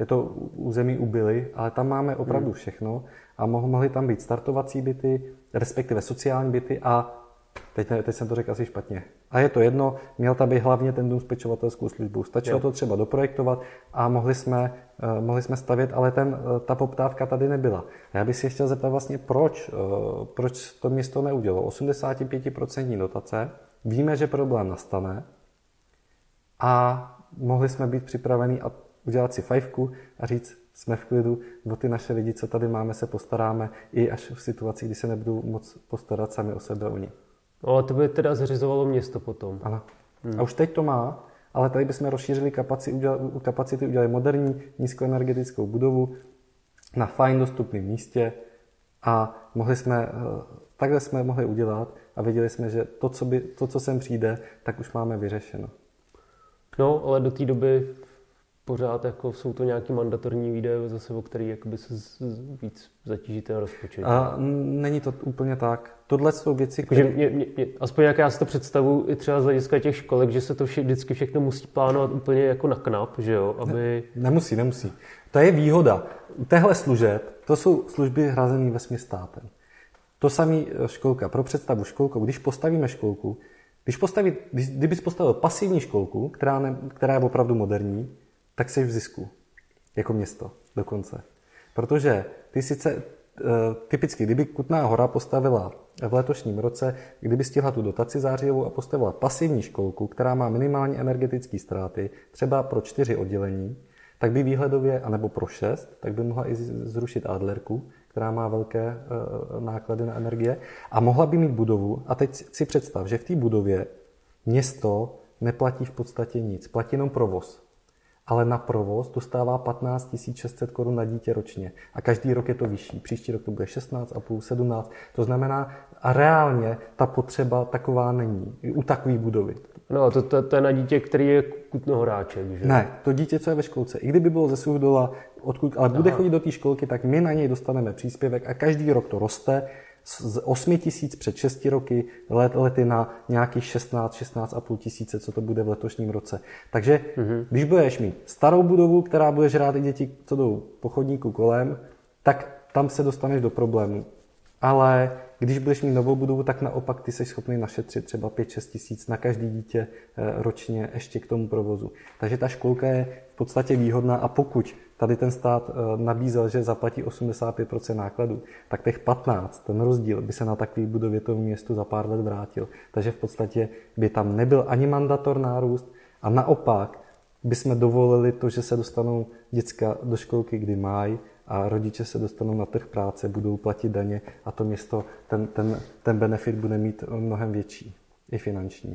Speaker 2: je to území u Bily, ale tam máme opravdu hmm. všechno a mohly tam být startovací byty, respektive sociální byty a teď, ne, teď jsem to řekl asi špatně. A je to jedno, měl tam být hlavně ten dům s pečovatelskou službou. Stačilo jo. to třeba doprojektovat a mohli jsme, uh, mohli jsme stavět, ale ten, uh, ta poptávka tady nebyla. A já bych si chtěl zeptat vlastně, proč, uh, proč to město neudělalo. osmdesát pět procent dotace, víme, že problém nastane a mohli jsme být připraveni a udělat si fajfku a říct, jsme v klidu, o ty naše lidi, co tady máme, se postaráme i až v situaci, kdy se nebudou moc postarat sami o sebe oni.
Speaker 1: No a to by teda zřizovalo město potom.
Speaker 2: Ano. Hmm. A už teď to má, ale tady bychom rozšířili kapacity, udělali, kapacity, udělali moderní nízkoenergetickou budovu na fajn dostupném místě a mohli jsme, takhle jsme mohli udělat a věděli jsme, že to, co, by, to, co sem přijde, tak už máme vyřešeno.
Speaker 1: No, ale do té doby pořád jako jsou to nějaký mandatorní výdaje zase, o který jakoby se z, z, víc zatíží ten rozpočet.
Speaker 2: A není to úplně tak. Tohle jsou věci,
Speaker 1: které... Mě, mě, mě, aspoň jak já si to představuji i třeba z hlediska těch školek, že se to vše, vždycky všechno musí plánovat úplně jako na knap, že jo? Aby...
Speaker 2: Ne, nemusí, nemusí. To je výhoda. U téhle služeb, to jsou služby hrazené vesměs státem. To samý školka. Pro představu školku, když postavíme školku, když postaví, když, kdybys postavil pasivní školku, která, ne, která je opravdu moderní, tak jsi v zisku. Jako město dokonce. Protože ty sice typicky, kdyby Kutná Hora postavila v letošním roce, kdyby stihla tu dotaci zářijovou a postavila pasivní školku, která má minimální energetické ztráty, třeba pro čtyři oddělení, tak by výhledově, anebo pro šest, tak by mohla i zrušit Adlerku, která má velké náklady na energie a mohla by mít budovu. A teď si představ, že v té budově město neplatí v podstatě nic, platí jenom provoz. Ale na provoz dostává patnáct tisíc šest set korun na dítě ročně. A každý rok je to vyšší. Příští rok to bude šestnáct a půl, sedmnáct. To znamená, a reálně ta potřeba taková není. U takové budovy.
Speaker 1: No, to, to, to je na dítě, který je kutnohoráček, že?
Speaker 2: Ne, to dítě, co je ve školce. I kdyby bylo ze Suchdola, odkud, ale bude Aha. chodit do té školky, tak my na něj dostaneme příspěvek a každý rok to roste. Z osmi tisíc před šesti roky let, lety na nějakých šestnáct, šestnáct a půl tisíce, co to bude v letošním roce. Takže mm-hmm. když budeš mít starou budovu, která bude žrát i děti, co jdou po chodníku kolem, tak tam se dostaneš do problému. Ale když budeš mít novou budovu, tak naopak ty jsi schopný našetřit třeba pět šest tisíc na každý dítě ročně ještě k tomu provozu. Takže ta školka je v podstatě výhodná a pokud tady ten stát nabízel, že zaplatí osmdesát pět procent nákladů, tak těch patnáct, ten rozdíl by se na takové budově tomu městu za pár let vrátil. Takže v podstatě by tam nebyl ani mandator nárůst a naopak bychom dovolili to, že se dostanou děcka do školky, kdy mají, a rodiče se dostanou na trh práce, budou platit daně a to město, ten, ten, ten benefit bude mít mnohem větší, i finanční.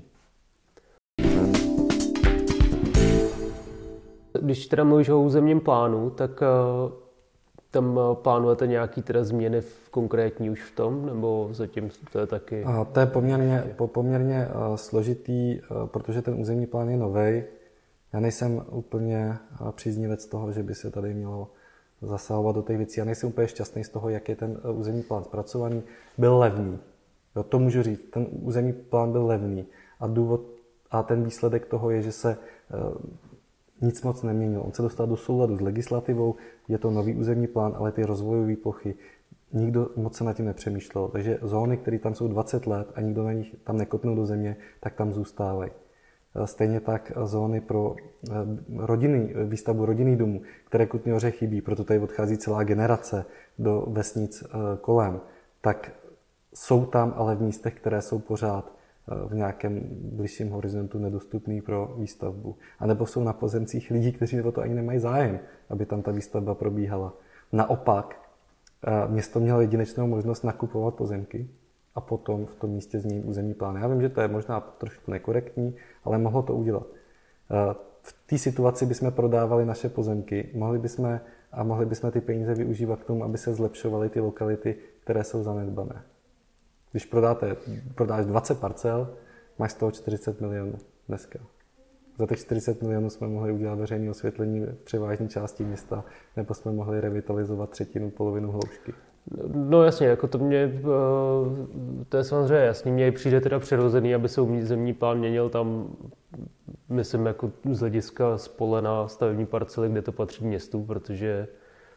Speaker 1: Když teda mluvíš o územním plánu, tak uh, tam plánujete nějaký teda změny v konkrétní už v tom, nebo zatím to je taky...
Speaker 2: A to je poměrně, po, poměrně uh, složitý, uh, protože ten územní plán je novej. Já nejsem úplně uh, příznivec toho, že by se tady mělo zasahovat do těch věcí. Já nejsem úplně šťastný z toho, jak je ten územní plán zpracovaný. Byl levný. Jo, to můžu říct. Ten územní plán byl levný. A, důvod, a ten výsledek toho je, že se uh, nic moc neměnilo. On se dostal do souladu s legislativou, je to nový územní plán, ale ty rozvojové plochy, nikdo moc se nad tím nepřemýšlel. Takže zóny, které tam jsou dvacet let a nikdo na nich tam nekopnul do země, tak tam zůstávají. Stejně tak zóny pro rodinný, výstavbu rodinných domů, které Kutné Hoře chybí, proto tady odchází celá generace do vesnic kolem, tak jsou tam ale v místech, které jsou pořád v nějakém bližším horizontu nedostupný pro výstavbu. A nebo jsou na pozemcích lidí, kteří o to ani nemají zájem, aby tam ta výstavba probíhala. Naopak, město mělo jedinečnou možnost nakupovat pozemky a potom v tom místě změnit územní plán. Já vím, že to je možná trošku nekorektní, ale mohlo to udělat. V té situaci bychom prodávali naše pozemky, mohli bychom, a mohli bychom ty peníze využívat k tomu, aby se zlepšovaly ty lokality, které jsou zanedbané. Když prodáte, prodáš dvacet parcel, máš z toho čtyřicet milionů dneska. Za těch čtyřicet milionů jsme mohli udělat veřejné osvětlení v převážné části města, nebo jsme mohli revitalizovat třetinu, polovinu hloušky.
Speaker 1: No jasně, jako to mě, to je samozřejmě jasný, mně přijde teda přirozený, aby se územní plán měnil tam myslím jako z hlediska spole na stavební parcely, kde to patří městu, protože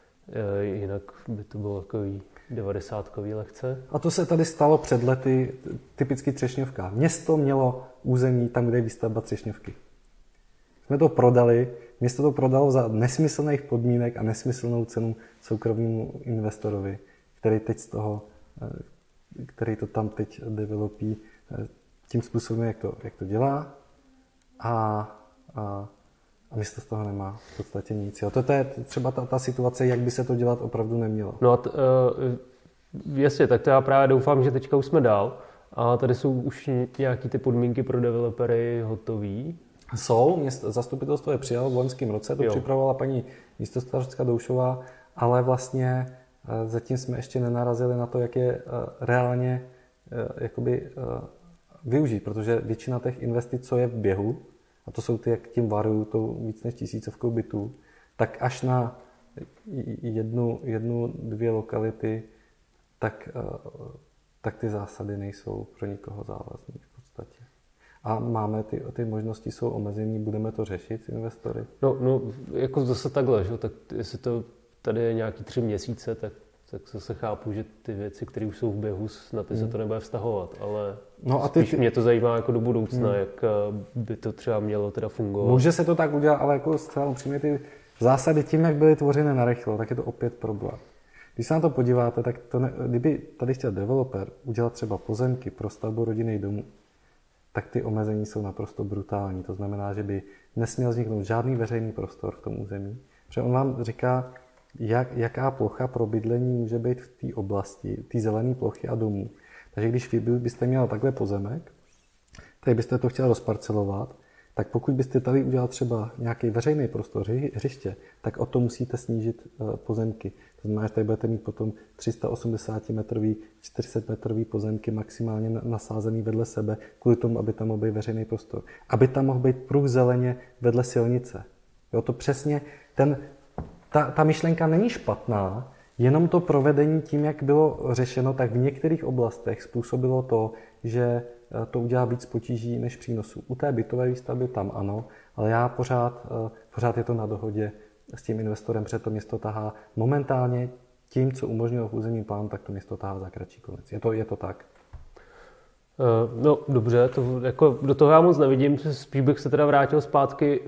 Speaker 1: jinak by to bylo takový devadesátkový lehce.
Speaker 2: A to se tady stalo před lety, typicky Třešňovka. Město mělo území tam, kde je výstavba Třešňovky. Jsme to prodali, město to prodalo za nesmyslných podmínek a nesmyslnou cenu soukromému investorovi, který teď z toho, který to tam teď developí tím způsobem, jak to, jak to dělá a, a, a město z toho nemá v podstatě nic. Jo. To je třeba ta, ta situace, jak by se to dělat opravdu nemělo.
Speaker 1: No a t, uh, jasně, tak to já právě doufám, že teďka už jsme dál a tady jsou už nějaký ty podmínky pro developery hotový.
Speaker 2: Jsou, město, zastupitelstvo je přijalo v loňském roce, to jo. Připravovala paní místostarostka Doušová, ale vlastně zatím jsme ještě nenarazili na to, jak je reálně jakoby, využít, protože většina těch investic, co je v běhu, a to jsou ty, jak tím varují, tou víc než tisícovkou bytů, tak až na jednu, jednu dvě lokality, tak, tak ty zásady nejsou pro nikoho závazné v podstatě. A máme ty, ty možnosti jsou omezení, budeme to řešit s investory?
Speaker 1: No, no jako zase takhle, že? Tak jestli to tady je nějaký tři měsíce, tak, tak zase chápu, že ty věci, které už jsou v běhu, na ty hmm. se to nebude vztahovat, ale no a ty, spíš mě to zajímá jako do budoucna, hmm. jak by to třeba mělo teda fungovat.
Speaker 2: Může se to tak udělat, ale jako zcela upřímně ty zásady tím, jak byly tvořeny narychlo, tak je to opět problém. Když se na to podíváte, tak to ne, kdyby tady chtěl developer udělat třeba pozemky pro stavbu rodinných domů, tak ty omezení jsou naprosto brutální. To znamená, že by nesměl vzniknout žádný veřejný prostor v tom území. Protože on vám říká, jak, jaká plocha pro bydlení může být v té oblasti, té zelené plochy a domů. Takže když vy byste měl takhle pozemek, tady byste to chtěl rozparcelovat, tak pokud byste tady udělal třeba nějaký veřejný prostor, hřiště, tak o to musíte snížit pozemky. To znamená, že tady budete mít potom tři sta osmdesát metrový, čtyři sta metrový pozemky maximálně nasázený vedle sebe, kvůli tomu, aby tam mohl být veřejný prostor. Aby tam mohl být pruh zeleně vedle silnice. Jo, to přesně, ten, ta, ta myšlenka není špatná, jenom to provedení tím, jak bylo řešeno, tak v některých oblastech způsobilo to, že to udělá víc potíží než přínosů. U té bytové výstavby tam ano, ale já pořád, pořád je to na dohodě s tím investorem, protože to město tahá momentálně tím, co umožnilo v územním plánu, tak to město tahá za kratší konec. Je to, je to tak?
Speaker 1: No dobře, to, jako, do toho já moc nevidím, spíš bych se teda vrátil zpátky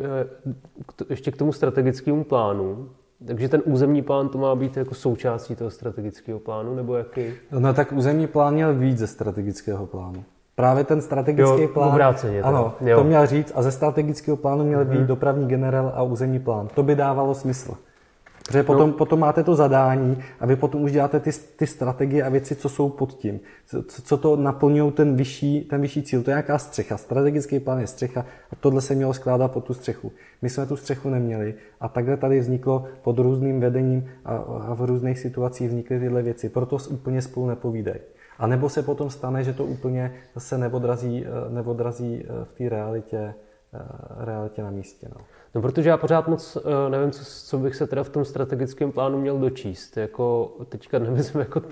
Speaker 1: k, ještě k tomu strategickému plánu. Takže ten územní plán to má být jako součástí toho strategického plánu, nebo jaký?
Speaker 2: No tak územní plán měl víc ze strategického plánu. Právě ten strategický
Speaker 1: jo,
Speaker 2: plán,
Speaker 1: obráceně,
Speaker 2: ano,
Speaker 1: jo.
Speaker 2: To měl říct a ze strategického plánu měl být mm-hmm. dopravní generál a územní plán. To by dávalo smysl. Protože potom, no. potom máte to zadání a vy potom už děláte ty, ty strategie a věci, co jsou pod tím. Co, co to naplňují ten vyšší, ten vyšší cíl. To je nějaká střecha. Strategický plán je střecha a tohle se mělo skládat pod tu střechu. My jsme tu střechu neměli a takhle tady vzniklo pod různým vedením a, a v různých situacích vznikly tyhle věci. Proto úplně spolu nepovídají. A nebo se potom stane, že to úplně se neodrazí, neodrazí v té realitě, realitě na místě. No.
Speaker 1: No, protože já pořád moc nevím, co, co bych se teda v tom strategickém plánu měl dočíst. Jako, teďka nemyslím jako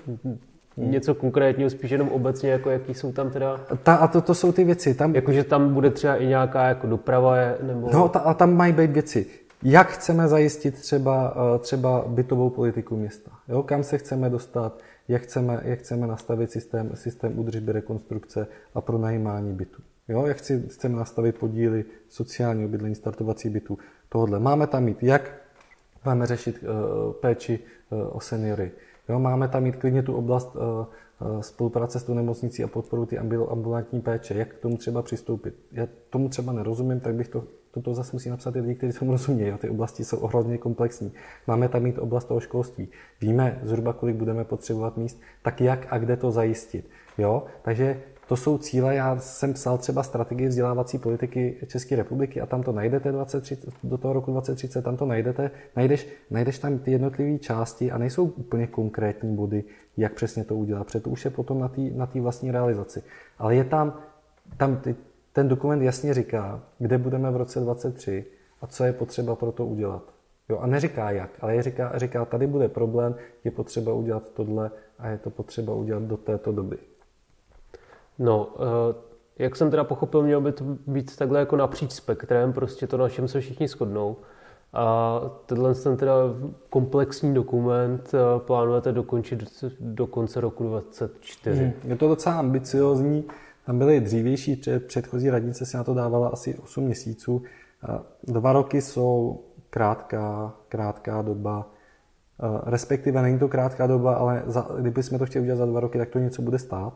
Speaker 1: něco konkrétního, spíš jenom obecně, jako jaký jsou tam teda...
Speaker 2: Ta, a to, to jsou ty věci. Tam...
Speaker 1: Jakože tam bude třeba i nějaká jako doprava, nebo...
Speaker 2: No ta, a tam mají být věci. Jak chceme zajistit třeba, třeba bytovou politiku města? Jo? Kam se chceme dostat? Jak chceme, jak chceme nastavit systém, systém údržby, rekonstrukce a pronajímání bytů? Jo? Jak chci, chceme nastavit podíly sociálního bydlení, startovací bytů? Tohle. Máme tam mít, jak máme řešit uh, péči uh, o seniory. Jo? Máme tam mít klidně tu oblast uh, uh, spolupráce s tou nemocnicí a podporu ty ambulantní péče. Jak k tomu třeba přistoupit? Já tomu třeba nerozumím, tak bych to Toto zase musí napsat lidi, kteří tomu rozumějí. Jo? Ty oblasti jsou ohromně komplexní. Máme tam mít oblast toho školství. Víme zhruba, kolik budeme potřebovat míst, tak jak a kde to zajistit. Jo? Takže to jsou cíle. Já jsem psal třeba strategii vzdělávací politiky České republiky a tam to najdete dvacet třicet, do toho roku dvacet třicet, tam to najdete. Najdeš, najdeš tam ty jednotlivé části a nejsou úplně konkrétní body, jak přesně to udělat. Protože to už je potom na té na té vlastní realizaci. Ale je tam, tam ty, ten dokument jasně říká, kde budeme v roce dvacet tři a co je potřeba pro to udělat. Jo, a neříká jak, ale je říká, říká, tady bude problém, je potřeba udělat tohle a je to potřeba udělat do této doby.
Speaker 1: No, jak jsem teda pochopil, mělo by to být takhle jako napříč spektrem, prostě to, na čem se všichni shodnou. A tenhle ten teda komplexní dokument plánujete dokončit do konce roku dvacet čtyři.
Speaker 2: Hmm, je to docela ambiciozní. Tam byly dřívější, předchozí radnice si na to dávala asi osm měsíců. Dva roky jsou krátká, krátká doba. Respektive není to krátká doba, ale za, kdybychom to chtěli udělat za dva roky, tak to něco bude stát.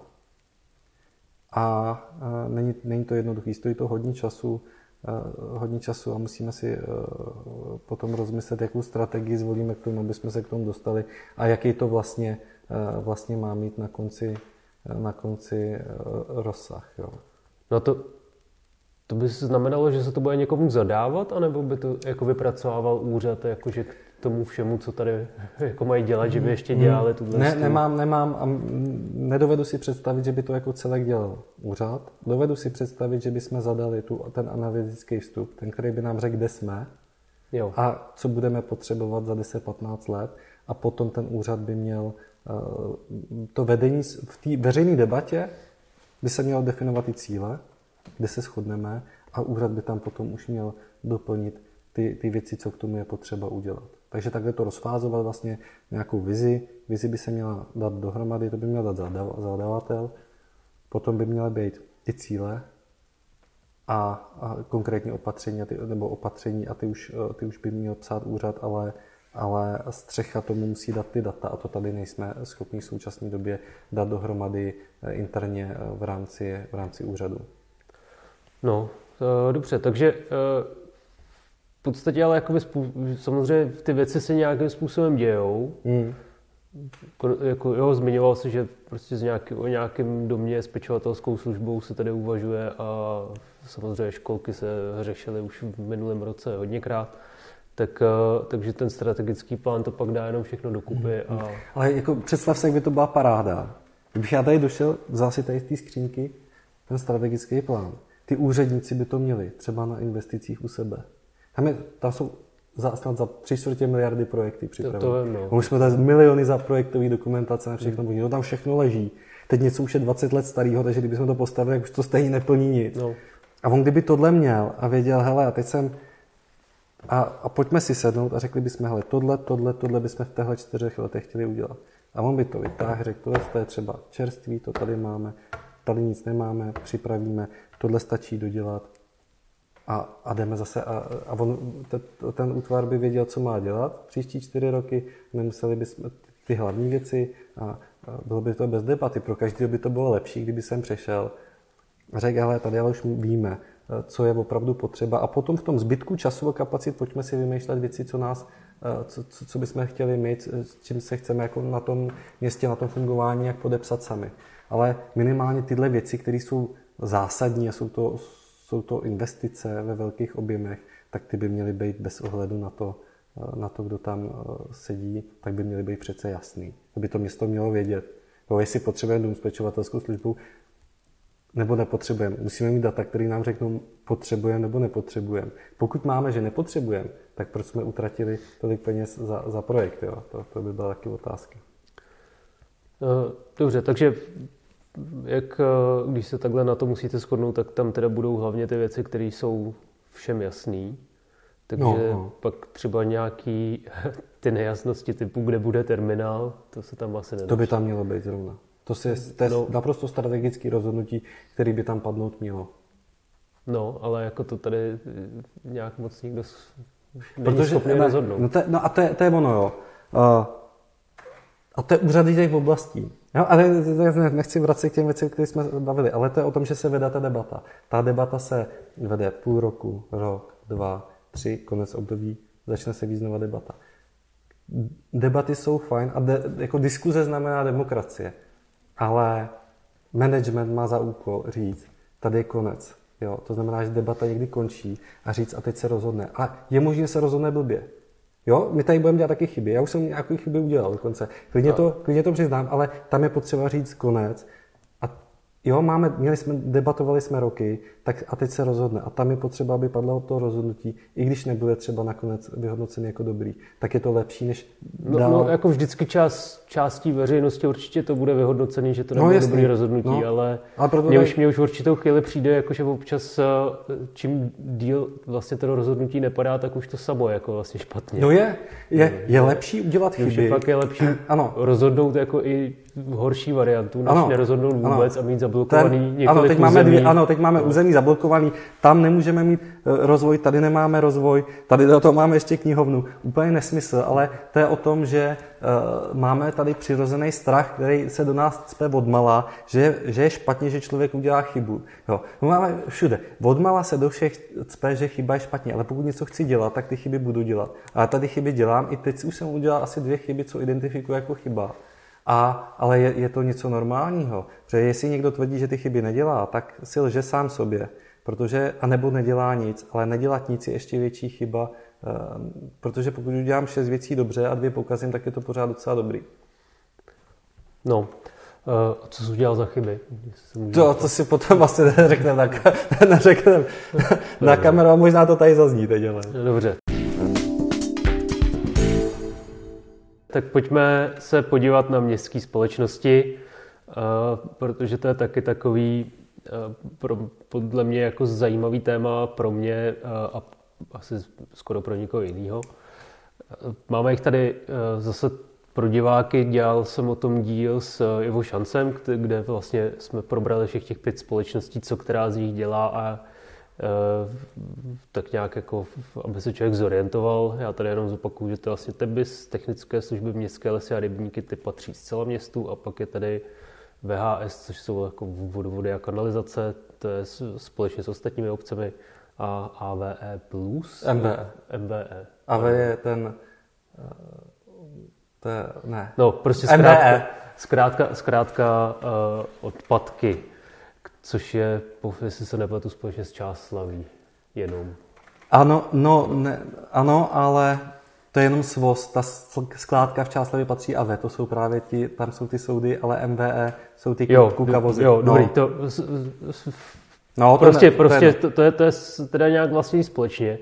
Speaker 2: A není, není to jednoduché, stojí to hodně času, hodně času a musíme si potom rozmyslet, jakou strategii zvolíme k tomu, aby jsme se k tomu dostali a jaký to vlastně, vlastně má mít na konci, na konci rozsah. Jo.
Speaker 1: No to, to by znamenalo, že se to bude někomu zadávat, anebo by to jako vypracovával úřad, jakože k tomu všemu, co tady jako mají dělat, že by ještě dělali tuhle
Speaker 2: ne, nemám, nemám a nedovedu si představit, že by to jako celek dělal úřad. Dovedu si představit, že bychom zadali tu, ten analytický vstup, ten, který by nám řekl, kde jsme jo. a co budeme potřebovat za deset patnáct let a potom ten úřad by měl to vedení v té veřejné debatě by se mělo definovat ty cíle, kde se shodneme a úřad by tam potom už měl doplnit ty, ty věci, co k tomu je potřeba udělat. Takže takhle to rozfázovat vlastně nějakou vizi. Vizi by se měla dát dohromady, to by měl dát zadavatel, potom by měly být ty cíle a, a konkrétní opatření, ty, nebo opatření a ty už, ty už by měl psát úřad, ale, ale střecha tomu musí dát ty data a to tady nejsme schopni v současné době dát dohromady interně v rámci, v rámci úřadu.
Speaker 1: No, dobře, takže v podstatě ale jakoby spů- samozřejmě ty věci se nějakým způsobem dějou. Mm. Jako, jo, zmiňoval se, že prostě z nějaký, o nějakém domě s pečovatelskou službou se tady uvažuje a samozřejmě školky se řešily už v minulém roce hodněkrát. Tak, takže ten strategický plán to pak dá jenom všechno dokupy. A...
Speaker 2: Ale jako představ se, jak by to byla paráda. Kdybych já tady došel, vzal si tady z té skřínky ten strategický plán. Ty úředníci by to měli, třeba na investicích u sebe. Tam, je, tam jsou za, snad za tři čtvrtě miliardy projekty připravené. No. Už jsme tady miliony za projektové dokumentace na všechno. Mm. No, tam všechno leží. Teď něco už je dvacet let starého, takže kdybychom to postavili, tak už to stejně neplní nic. No. A on kdyby tohle měl a věděl, hele, a teď jsem... A, a pojďme si sednout a řekli bychom, hele, tohle, tohle, tohle bychom v těchto čtyřech letech chtěli udělat. A on by to vytáhl, řekl, tohle to je třeba čerství, to tady máme, tady nic nemáme, připravíme, tohle stačí dodělat. A, a jdeme zase, a, a on, te, ten útvar by věděl, co má dělat příští čtyři roky, nemuseli bychom ty hlavní věci a, a bylo by to bez debaty. Pro každého by to bylo lepší, kdyby jsem přešel a řekl, ale tady ale už víme, co je opravdu potřeba. A potom v tom zbytku času a kapacit pojďme si vymýšlet věci, co nás, co, co, co bychom chtěli mít, s čím se chceme jako na tom městě, na tom fungování, jak podepsat sami. Ale minimálně tyhle věci, které jsou zásadní a jsou to jsou to investice ve velkých objemech, tak ty by měly být bez ohledu na to, na to, kdo tam sedí, tak by měly být přece jasný. Aby to město mělo vědět, jo, jestli potřebujeme dům s pečovatelskou službou, nebo nepotřebujeme. Musíme mít data, které nám řeknou, potřebujeme nebo nepotřebujeme. Pokud máme, že nepotřebujeme, tak proč jsme utratili tolik peněz za, za projekt? Jo? To, to by byla taky otázka.
Speaker 1: Dobře, takže jak, když se takhle na to musíte shodnout, tak tam teda budou hlavně ty věci, které jsou všem jasný. Takže no, no. pak třeba nějaký ty nejasnosti typu, kde bude terminál, to se tam asi nedá.
Speaker 2: To by tam mělo být zrovna. To, si, to je no, naprosto strategické rozhodnutí, které by tam padnout mělo.
Speaker 1: No, ale jako to tady nějak moc nikdo není schopný rozhodnout.
Speaker 2: No, to, no a to je, to je ono, jo. Uh, a to je úřady těch oblastí. Jo, ale nechci vracet k těm věcem, které jsme bavili, ale to je o tom, že se vede ta debata. Ta debata se vede půl roku, rok, dva, tři, konec období, začne se víc nová debata. Debaty jsou fajn a de, jako diskuze znamená demokracie, ale management má za úkol říct, tady je konec. Jo, to znamená, že debata někdy končí a říct, a teď se rozhodne. A je možné, že se rozhodne blbě. Jo, my tady budeme dělat taky chyby. Já už jsem nějaké chyby udělal dokonce. Klidně to, klidně to přiznám, ale tam je potřeba říct konec. A jo, máme, měli jsme, debatovali jsme roky, tak a teď se rozhodne. A tam je potřeba, aby padlo to rozhodnutí, i když nebude třeba nakonec vyhodnocený jako dobrý, tak je to lepší, než
Speaker 1: dál... No, no jako vždycky část, částí veřejnosti určitě to bude vyhodnocený, že to nebude no, dobrý rozhodnutí, no, ale, ale mě, už, mě už v určitou chvíli přijde, jako, že občas čím díl vlastně to rozhodnutí nepadá, tak už to samo je jako vlastně špatně.
Speaker 2: No je, je, je lepší udělat chyby.
Speaker 1: Že pak je lepší ano. rozhodnout jako i horší variantu, než ano. nerozhodnout vůbec ano. a mít zablokovaný Ten, několik
Speaker 2: ano, teď
Speaker 1: území.
Speaker 2: Máme dvě, ano, teď máme no. území zablokovaný, tam nemůžeme mít rozvoj, tady nemáme rozvoj, tady do toho máme ještě knihovnu. Úplně nesmysl, ale to je o tom, že uh, máme tady přirozený strach, který se do nás cpe odmala, že, že je špatně, že člověk udělá chybu. Jo. No máme všude. Odmala se do všech cpe, že chyba je špatně, ale pokud něco chci dělat, tak ty chyby budu dělat. A tady chyby dělám, i teď už jsem udělal asi dvě chyby, co identifikuji jako chyba. A, ale je, je to něco normálního. Protože jestli někdo tvrdí, že ty chyby nedělá, tak si lže sám sobě. Protože, anebo nedělá nic, ale nedělat nic je ještě větší chyba, um, protože pokud udělám šest věcí dobře a dvě pokazím, tak je to pořád docela dobrý.
Speaker 1: No, uh, co jsi udělal za chyby?
Speaker 2: To, to si potom asi neřekneme na, neřeknem na kameru a možná to tady zazní teď, ale...
Speaker 1: Dobře. Tak pojďme se podívat na městské společnosti, protože to je taky takový podle mě jako zajímavý téma pro mě a asi skoro pro nikoho jiného. Máme jich tady zase pro diváky, dělal jsem o tom díl s Ivo Šancem, kde vlastně jsme probrali všech těch pět společností, co která z nich dělá a tak nějak jako, aby se člověk zorientoval. Já tady jenom zopakuju, že to je vlastně TEBIS, technické služby městské lesy a rybníky, ty patří zcela městu a pak je tady V H S, což jsou jako vodovody a kanalizace, to je společně s ostatními obcemi a A V E plus.
Speaker 2: M V E.
Speaker 1: M V E.
Speaker 2: A V je ten, to je, ne.
Speaker 1: No, prostě zkrátka, zkrátka, zkrátka uh, odpadky, což je, jestli se nepletu, společně s Čáslaví jenom.
Speaker 2: Ano, no, ne, ano, ale to je jenom svoz. Ta skládka v Čáslavě patří A V E, to jsou právě ti, tam jsou ty soudy, ale M V E jsou ty kukavozy.
Speaker 1: Jo,
Speaker 2: no.
Speaker 1: dobrý, to...
Speaker 2: No, to
Speaker 1: prostě,
Speaker 2: ne,
Speaker 1: prostě
Speaker 2: to,
Speaker 1: to, to, je, to je teda nějak vlastně společně.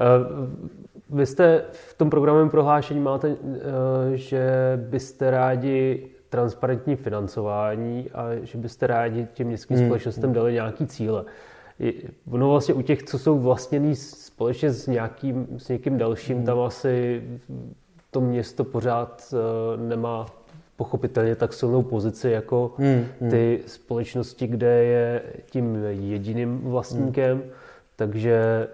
Speaker 1: Vy jste v tom programovém prohlášení máte, že byste rádi transparentní financování a že byste rádi těm městským hmm. společnostem dali nějaký cíle. Ono vlastně u těch, co jsou vlastněný společně s, nějakým, s někým dalším, hmm. tam asi to město pořád nemá pochopitelně tak silnou pozici jako hmm. ty společnosti, kde je tím jediným vlastníkem. Hmm. Takže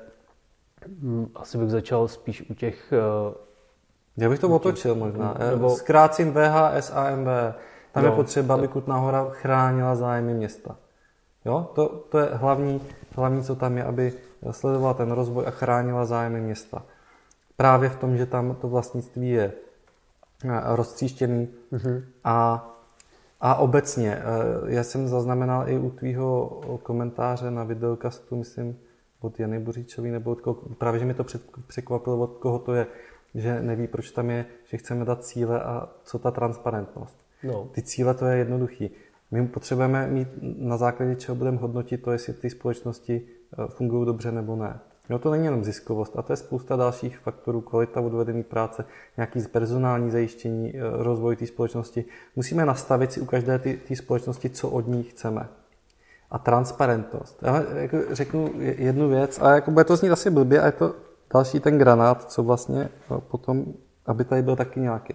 Speaker 1: asi bych začal spíš u těch...
Speaker 2: Já bych to otočil možná. Nebo... Zkrácím V H S a M V. Tam no, je potřeba, aby Kutná Hora chránila zájmy města. Jo? To, to je hlavní, hlavní, co tam je, aby sledovala ten rozvoj a chránila zájmy města. Právě v tom, že tam to vlastnictví je roztříštěný mm-hmm. a, a obecně. Já jsem zaznamenal i u tvýho komentáře na videokastu, myslím, od Jany Buříčový, nebo od koho, právě, že mi to překvapilo, od koho to je, že neví, proč tam je, že chceme dát cíle a co ta transparentnost. No. Ty cíle, to je jednoduchý. My potřebujeme mít na základě čeho budeme hodnotit to, jestli ty společnosti fungují dobře nebo ne. No to není jenom ziskovost, a to je spousta dalších faktorů, kvalita odvedené práce, nějaký personální zajištění, rozvoj té společnosti. Musíme nastavit si u každé té společnosti, co od ní chceme. A transparentnost. Já jako řeknu jednu věc, a jako bude to znít asi blbě, a je to další ten granát, co vlastně potom, aby tady byl taky nějaký.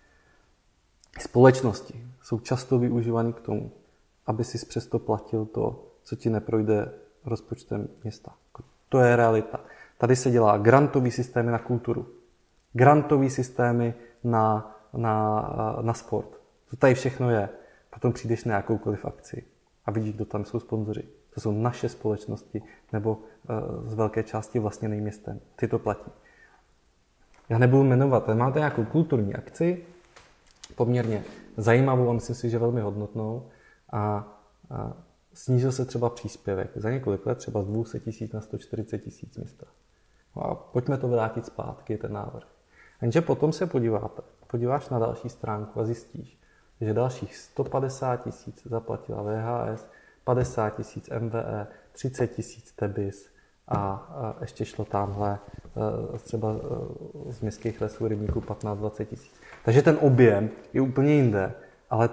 Speaker 2: Společnosti jsou často využívány k tomu, aby si přesto platil to, co ti neprojde rozpočtem města. To je realita. Tady se dělá grantový systémy na kulturu, grantový systémy na, na, na sport. To tady všechno je. Potom přijdeš na jakoukoliv akci a vidíš, kdo tam jsou sponzoři. To jsou naše společnosti nebo uh, z velké části vlastněným městem. Ty to platí. Já nebudu jmenovat, ale máte nějakou kulturní akci, poměrně zajímavou a myslím si, že velmi hodnotnou a, a snížil se třeba příspěvek za několik let třeba z dvě stě tisíc na sto čtyřicet tisíc města. No a pojďme to vrátit zpátky, ten návrh. Jenže potom se podíváte, podíváš na další stránku a zjistíš, že dalších sto padesát tisíc zaplatila V H S, padesát tisíc M V E, třicet tisíc Tebis a, a ještě šlo tamhle třeba z městských lesů rybníků patnáct dvacet tisíc. Takže ten objem je úplně jinde, ale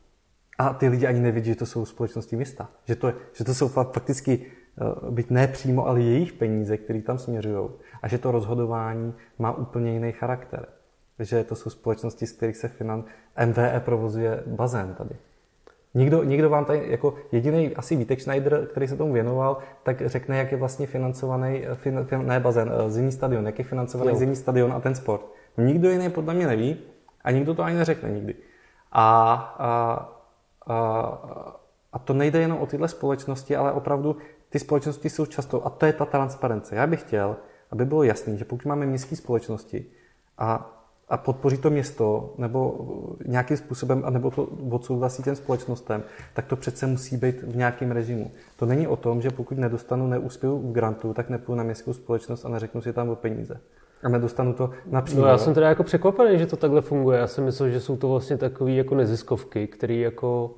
Speaker 2: a ty lidi ani nevědí, že to jsou společnosti města. Že to, že to jsou fakticky, byť ne přímo, ale jejich peníze, které tam směřují. A že to rozhodování má úplně jiný charakter. Že to jsou společnosti, z kterých se finan... M V E provozuje bazén tady. Nikdo, nikdo vám tady, jako jediný asi Vítek Schneider, který se tomu věnoval, tak řekne, jak je vlastně financovaný, fin, fin, ne bazén, zimní stadion, jak je financovaný jo. zimní stadion a ten sport. Nikdo jiný podle mě neví a nikdo to ani neřekne nikdy. A, a, a, a to nejde jenom o tyhle společnosti, ale opravdu ty společnosti jsou často, a to je ta transparence. Já bych chtěl, aby bylo jasný, že pokud máme městské společnosti a a podpoří to město, nebo nějakým způsobem, nebo to odsouhlasí těm společnostem, tak to přece musí být v nějakém režimu. To není o tom, že pokud nedostanu, neuspěju v grantu, tak nepůjdu na městskou společnost a neřeknu si tam o peníze. A nedostanu to napřímo.
Speaker 1: No já jsem teda jako překvapený, že to takhle funguje. Já jsem myslel, že jsou to vlastně takové jako neziskovky, které jako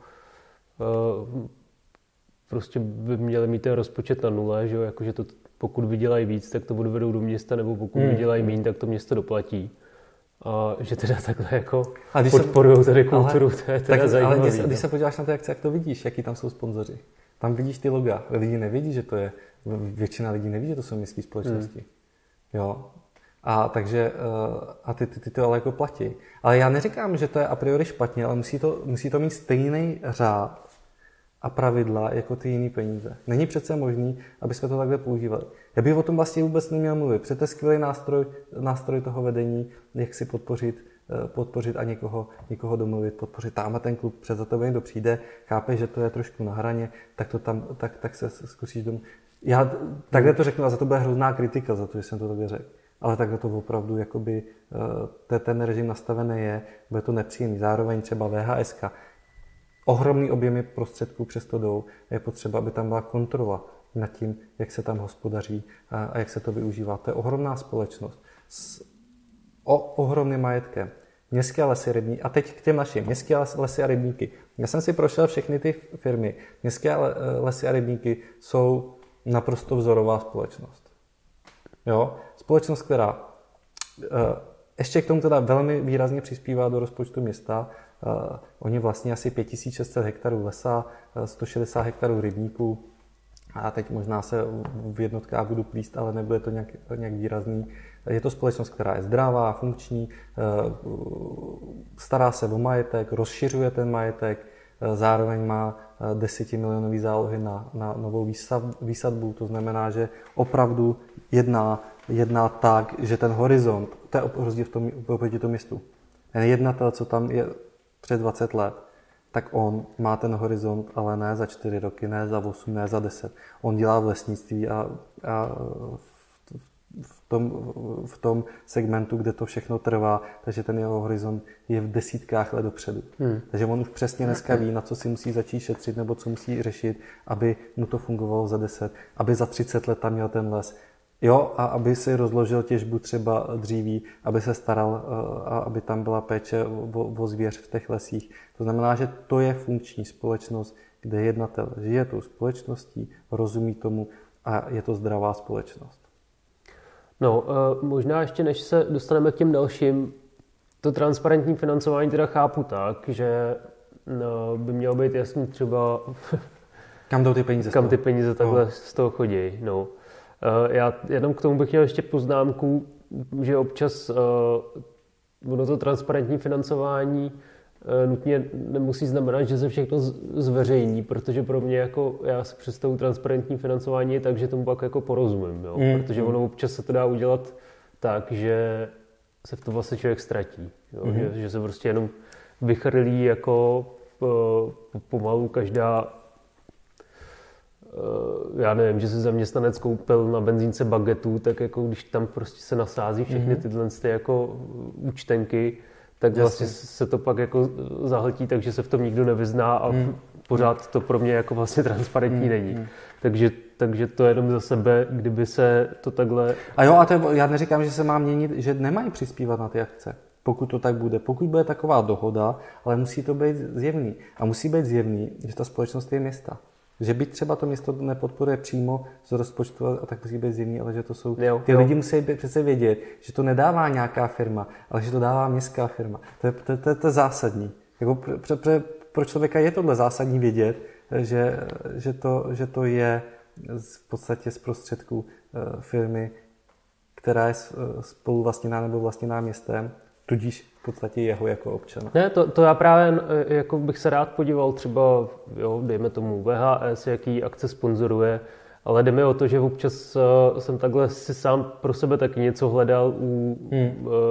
Speaker 1: uh, prostě by měly mít ten rozpočet na nule, že jo? Jako, že to pokud vydělají víc, tak to odvedou do města, nebo pokud hmm. vydělají méně, tak to město doplatí. A že teda takhle jako podporují tady kulturu, ale, to je teda tak, zajímavý. Ale když,
Speaker 2: když se podíváš na to, jak, jak to vidíš, jaký tam jsou sponzoři. Tam vidíš ty loga. Lidi nevidí, že to je, většina lidí neví, že to jsou městské společnosti. Hmm. Jo. A takže, a ty, ty, ty to ale jako platí. Ale já neříkám, že to je a priori špatně, ale musí to, musí to mít stejný řád a pravidla jako ty jiné peníze. Není přece možný, aby jsme to takhle používali. Já bych o tom vlastně vůbec neměl mluvit. Protože to je skvělý nástroj, nástroj toho vedení, jak si podpořit, podpořit a někoho, někoho domluvit, podpořit tamhle ten klub, před za tebe někdo přijde, chápe, že to je trošku na hraně, tak, to tam, tak, tak se zkusíš domluvit. Já takhle to řeknu a za to bude hrozná kritika, za to, že jsem to takhle řekl. Ale takhle to opravdu, jakoby, ten režim nastavený je, bude to nepříjemný. Zároveň třeba V H S ka. Ohromný objemy prostředků přesto jdou. Je potřeba, aby tam byla kontrola nad tím, jak se tam hospodaří a jak se to využívá. To je ohromná společnost s o, ohromným majetkem. Městské lesy, rybníky. A teď k těm našim. Městské lesy a rybníky. Já jsem si prošel všechny ty firmy. Městské lesy a rybníky jsou naprosto vzorová společnost. Jo? Společnost, která ještě k tomu teda velmi výrazně přispívá do rozpočtu města. Uh, oni vlastně asi pět tisíc šest set hektarů lesa, sto šedesát hektarů rybníků a teď možná se v jednotkách budu plíst, ale nebude to nějak, nějak výrazný. Je to společnost, která je zdravá, funkční, uh, stará se o majetek, rozšiřuje ten majetek, uh, zároveň má desetimilionový zálohy na, na novou výsav, výsadbu, to znamená, že opravdu jedná, jedná tak, že ten horizont, to je rozdíl v tom, oproti tomu městu. Ten jednatel, co tam je před dvacet let, tak on má ten horizont, ale ne za čtyři roky, ne za osm, ne za deset. On dělá v lesnictví a, a v, v, tom, v tom segmentu, kde to všechno trvá, takže ten jeho horizont je v desítkách let dopředu. Hmm. Takže on už přesně dneska ví, na co si musí začít šetřit nebo co musí řešit, aby mu to fungovalo za deset, aby za třicet let tam měl ten les. Jo, a aby si rozložil těžbu třeba dříví, aby se staral a aby tam byla péče o, o zvěř v těch lesích. To znamená, že to je funkční společnost, kde jednatel žije tou společností, rozumí tomu a je to zdravá společnost.
Speaker 1: No, možná ještě než se dostaneme k těm dalším, to transparentní financování teda chápu tak, že no, by mělo být jasný třeba...
Speaker 2: Kam jdou ty peníze?
Speaker 1: Kam ty peníze takhle no. z toho chodí, no. Já jenom k tomu bych měl ještě poznámku, že občas uh, ono to transparentní financování uh, nutně nemusí znamenat, že se všechno zveřejní, protože pro mě jako já si představuji transparentní financování tak, že tomu pak jako porozumím, jo? Mm. Protože ono občas se to dá udělat tak, že se v tom vlastně člověk ztratí, jo? Mm. Že, že se prostě jenom vychrlí jako uh, pomalu každá já nevím, že si zaměstnanec koupil na benzínce bagetu, tak jako když tam prostě se nasází všechny tyhle ty jako účtenky, tak Jasně. vlastně se to pak jako zahltí, takže se v tom nikdo nevyzná a mm. pořád to pro mě jako vlastně transparentní mm. není. Takže, takže to jenom za sebe, kdyby se to takhle...
Speaker 2: A jo, a to je, já neříkám, že se má měnit, že nemají přispívat na ty akce. Pokud to tak bude. Pokud bude taková dohoda, ale musí to být zjevný. A musí být zjevný, že ta společnost je města. Že byť třeba to město nepodporuje přímo z rozpočtu a tak musí být zimní, ale že to jsou...
Speaker 1: Jo,
Speaker 2: ty
Speaker 1: jo.
Speaker 2: lidi musí přece vědět, že to nedává nějaká firma, ale že to dává městská firma. To je, to, to, to je zásadní. Jako pro, pro, pro člověka je tohle zásadní vědět, že, že, to, že to je v podstatě z prostředků firmy, která je spoluvlastněná nebo vlastněná městem, tudíž v podstatě jeho jako občana.
Speaker 1: Ne, to, to já právě jako bych se rád podíval třeba, jo, dejme tomu V H S, jaký akce sponzoruje, ale jde mi o to, že občas uh, jsem takhle si sám pro sebe taky něco hledal u, hmm. uh,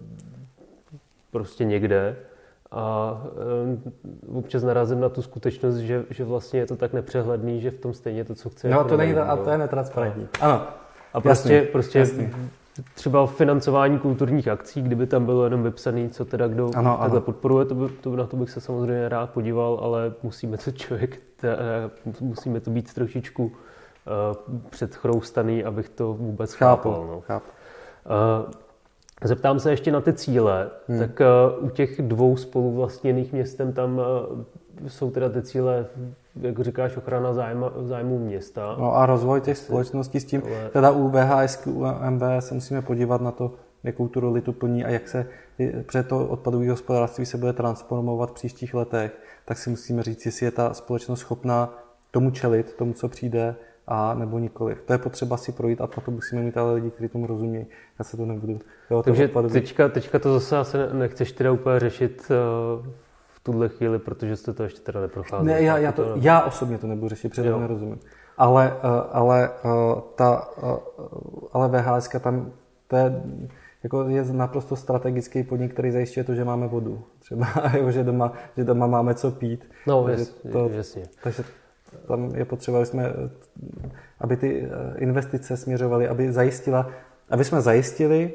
Speaker 1: prostě někde a uh, občas narazím na tu skutečnost, že, že vlastně je to tak nepřehledný, že v tom stejně to, co chce.
Speaker 2: No
Speaker 1: jako
Speaker 2: to není,
Speaker 1: nevím,
Speaker 2: a to je netransparentní. Ano.
Speaker 1: A prostě,
Speaker 2: jasný,
Speaker 1: prostě
Speaker 2: jasný.
Speaker 1: třeba financování kulturních akcí, kdyby tam bylo jenom vypsaný, co teda kdo
Speaker 2: ano,
Speaker 1: takhle
Speaker 2: ano.
Speaker 1: podporuje, to by, to, na to bych se samozřejmě rád podíval, ale musíme to člověk, t, musíme to být trošičku uh, předchroustaný, abych to vůbec chápal.
Speaker 2: Chápu,
Speaker 1: no.
Speaker 2: chápu.
Speaker 1: Uh, zeptám se ještě na ty cíle, hmm. tak uh, u těch dvou spoluvlastněných městem tam uh, jsou teda ty cíle, jak říkáš, ochrana zájma, zájmů města.
Speaker 2: No a rozvoj těch společností s tím,
Speaker 1: ale...
Speaker 2: teda u V H S, u M V se musíme podívat na to, jakou tu roli tu plní a jak se před to odpadové hospodářství se bude transformovat v příštích letech, tak si musíme říct, jestli je ta společnost schopná tomu čelit, tomu, co přijde, a nebo nikoliv. To je potřeba si projít a to musíme mít ale lidi, kteří tomu rozumí. Já se to nebudu. Jo,
Speaker 1: Takže
Speaker 2: odpadu...
Speaker 1: teďka, teďka to zase asi nechceš teda úplně řešit uh, v tuhle chvíli, protože jste to ještě teda neprocházeli.
Speaker 2: Ne, já, já, to, já osobně to nebudu řešit, protože to nerozumím. Ale, ale, ta, ale V H S tam to je, jako je naprosto strategický podnik, který zajišťuje to, že máme vodu. Třeba, jo, že, doma, že doma máme co pít.
Speaker 1: No, jas, to, jasně.
Speaker 2: Takže tam je potřeba, aby, jsme, aby ty investice směřovaly, aby zajistila, aby jsme zajistili,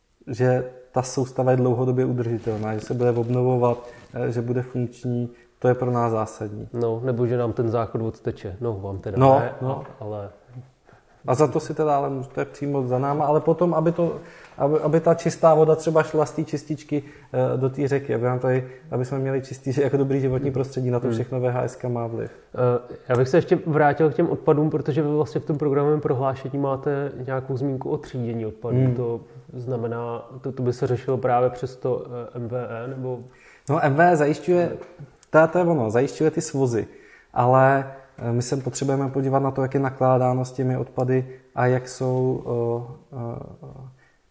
Speaker 2: že ta soustava je dlouhodobě udržitelná, že se bude obnovovat, že bude funkční, to je pro nás zásadní.
Speaker 1: No, nebo že nám ten záchod odteče. No, vám teda
Speaker 2: no,
Speaker 1: ne,
Speaker 2: no.
Speaker 1: ale...
Speaker 2: A za to si teda ale můžete přijmout za náma, ale potom, aby, to, aby, aby ta čistá voda třeba šla z té čističky do té řeky, aby, nám tady, aby jsme měli čistý, jako dobrý životní prostředí, na to všechno V H S má vliv.
Speaker 1: Já bych se ještě vrátil k těm odpadům, protože vy vlastně v tom programovém prohlášení máte nějakou zmínku o třídění odpadů. Hmm. To znamená, to, to by se řešilo právě přes to M V E, nebo...
Speaker 2: No M V E zajišťuje, to je ono, zajišťuje ty svozy, ale my se potřebujeme podívat na to, jak je nakládáno s těmi odpady a jak jsou, uh, uh,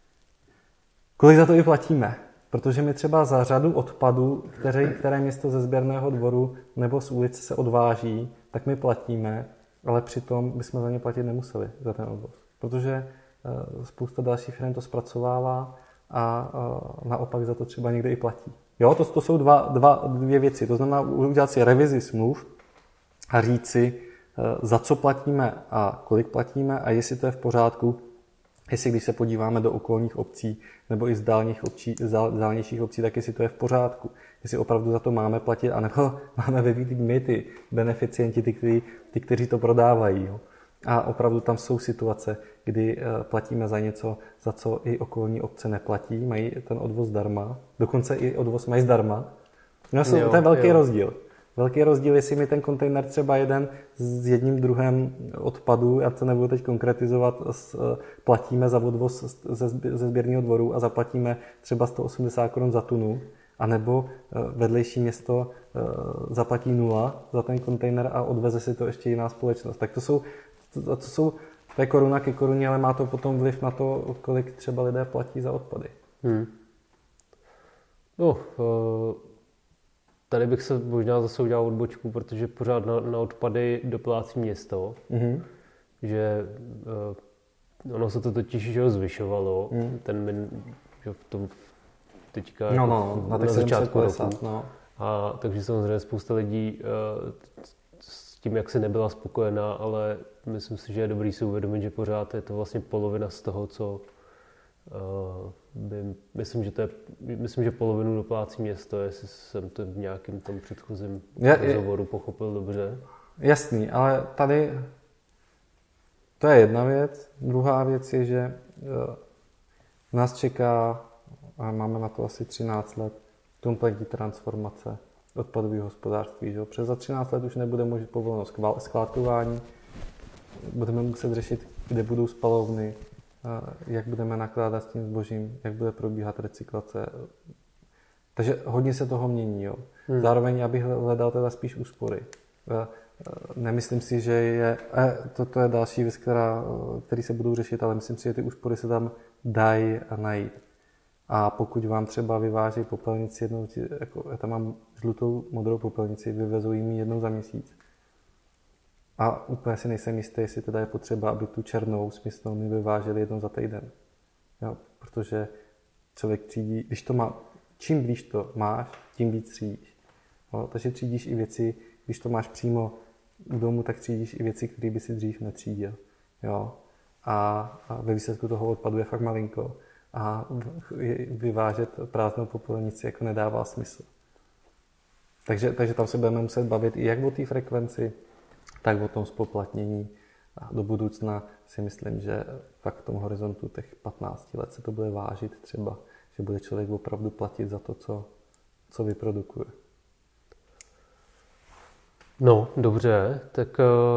Speaker 2: kolik za to i platíme. Protože my třeba za řadu odpadů, které, které město ze sběrného dvoru nebo z ulice se odváží, tak my platíme, ale přitom bychom za ně platit nemuseli, za ten odvoz. Protože uh, spousta dalších firm to zpracovává a uh, naopak za to třeba někde i platí. Jo, to, to jsou dva, dva, dvě věci. To znamená udělat si revizi smluv a říci, za co platíme a kolik platíme a jestli to je v pořádku, jestli když se podíváme do okolních obcí nebo i z dálních obcí, z dálnějších obcí, tak jestli to je v pořádku. Jestli opravdu za to máme platit, anebo máme vyvíjet my ty beneficienti, ty, kteří, ty, kteří to prodávají. Jo. A opravdu tam jsou situace, kdy platíme za něco, za co i okolní obce neplatí, mají ten odvoz zdarma, dokonce i odvoz mají zdarma. No, jo, to je velký jo. rozdíl. Velký rozdíl, jestli mi ten kontejner třeba jeden s jedním druhem odpadu, já to nebudu teď konkretizovat, platíme za odvoz ze sběrného dvoru a zaplatíme třeba sto osmdesát korun za tunu, anebo vedlejší město zaplatí nula za ten kontejner a odveze si to ještě jiná společnost. Tak to jsou, to, to jsou, to je koruna ke koruně, ale má to potom vliv na to, kolik třeba lidé platí za odpady. Hmm.
Speaker 1: No, uh... Tady bych se možná zase udělal odbočku, protože pořád na, na odpady doplácí město, mm-hmm. že uh, ono se to totiž že zvyšovalo, mm. ten min, že v tom teďka
Speaker 2: no, no, na,
Speaker 1: na začátku roku.
Speaker 2: No.
Speaker 1: A takže samozřejmě spousta lidí uh, s tím, jak se nebyla spokojená, ale myslím si, že je dobrý si uvědomit, že pořád je to vlastně polovina z toho, co Uh, by, myslím, že to je, myslím, že polovinu doplácí město, jestli jsem to v nějakém tom předchozím rozhovoru pochopil dobře.
Speaker 2: Jasný, ale tady to je jedna věc. Druhá věc je, že uh, nás čeká, a máme na to asi třináct let, kompletní transformace odpadového hospodářství. Že? Přes za třináct let už nebude možné povoleno skládkování. Budeme muset řešit, kde budou spalovny, jak budeme nakládat s tím zbožím, jak bude probíhat recyklace. Takže hodně se toho mění. Jo. Hmm. Zároveň já bych hledal teda spíš úspory. Nemyslím si, že je... Toto je další věc, která, který se budou řešit, ale myslím si, že ty úspory se tam dají najít. A pokud vám třeba vyvážejí popelnici jednou, jako já tam mám žlutou, modrou popelnici, vyvezou jim jednou za měsíc. A úplně si nejsem jistý, jestli teda je potřeba, aby tu černou smyslnou mi vyváželi jednou za týden. Jo, protože člověk třídí, když to má, čím blíž to máš, tím víc třídíš. Jo, takže třídíš i věci, když to máš přímo u domu, tak třídíš i věci, které by si dřív netřídil. Jo. A, a ve výsledku toho odpadu je fakt malinko. A vyvážet prázdnou popelnici jako nedává smysl. Takže, takže tam se budeme muset bavit i jak o té frekvenci, tak o tom spoplatnění. A do budoucna si myslím, že fakt v tom horizontu těch patnáct let se to bude vážit třeba, že bude člověk opravdu platit za to, co, co vyprodukuje.
Speaker 1: No, dobře, tak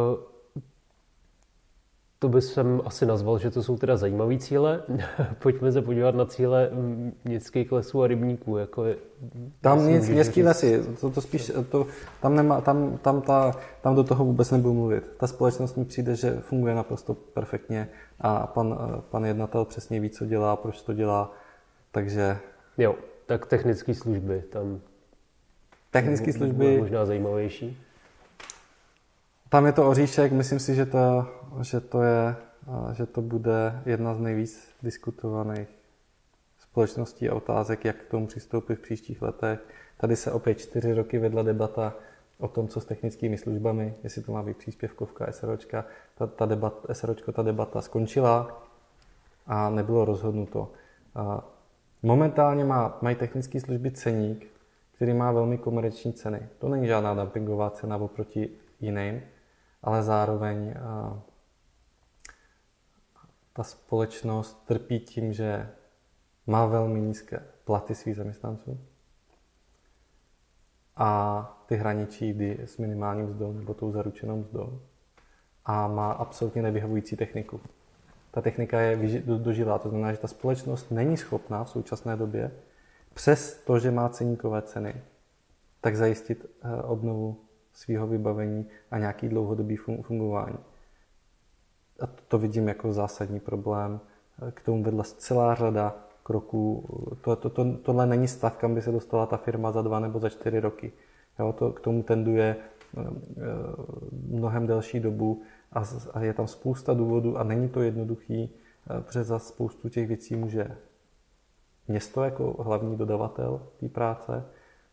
Speaker 1: to bych jsem asi nazval, že to jsou teda zajímavý cíle. Pojďme se podívat na cíle městských lesů a rybníků. Jako je,
Speaker 2: tam nic, městský lesy, to, to spíš, to, tam, nemá, tam, tam, ta, tam do toho vůbec nebudu mluvit. Ta společnost mi přijde, že funguje naprosto perfektně a pan, pan jednatel přesně ví, co dělá, proč to dělá, takže...
Speaker 1: Jo, tak technické služby tam...
Speaker 2: Technické služby...
Speaker 1: Možná zajímavější.
Speaker 2: Tam je to oříšek, myslím si, že to, že to, je, že to bude jedna z nejvíc diskutovaných společností a otázek, jak k tomu přistoupit v příštích letech. Tady se opět čtyři roky vedla debata o tom, co s technickými službami, jestli to má být příspěvkovka, SROčka. Ta, ta, debat, SROčko, ta debata skončila a nebylo rozhodnuto. Momentálně má, mají technické služby ceník, který má velmi komerční ceny. To není žádná dumpingová cena oproti jiným, ale zároveň a, ta společnost trpí tím, že má velmi nízké platy svých zaměstnanců a ty hraničí jdy s minimálním mzdou nebo tou zaručenou mzdou a má absolutně nevyhovující techniku. Ta technika je doživá, to znamená, že ta společnost není schopná v současné době přes to, že má ceníkové ceny, tak zajistit obnovu svého vybavení a nějaký dlouhodobý fungování. A to vidím jako zásadní problém. K tomu vedla celá řada kroků. To, to, to, tohle není stav, kam by se dostala ta firma za dva nebo za čtyři roky. Jo, to, k tomu tenduje mnohem delší dobu a, a je tam spousta důvodů a není to jednoduchý, protože za spoustu těch věcí může město jako hlavní dodavatel té práce.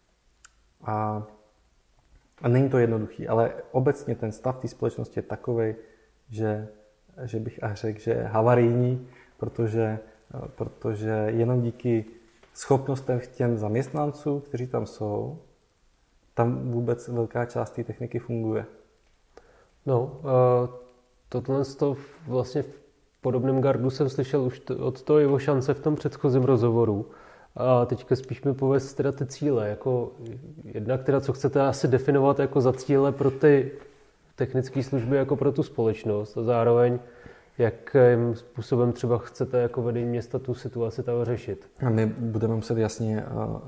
Speaker 2: A A není to jednoduchý, ale obecně ten stav té společnosti je takovej, že, že bych až řekl, že je havarijní, protože, protože jenom díky schopnostem těm zaměstnanců, kteří tam jsou, tam vůbec velká část té techniky funguje.
Speaker 1: No, tohle to vlastně v podobném gardu jsem slyšel už to, od toho Ivo Šance v tom předchozím rozhovoru. A teďka spíš mi pověz teda ty cíle, jako jednak teda, co chcete asi definovat jako za cíle pro ty technické služby, jako pro tu společnost a zároveň jakým způsobem třeba chcete jako vedení města tu situaci tam řešit.
Speaker 2: A my budeme muset jasně uh,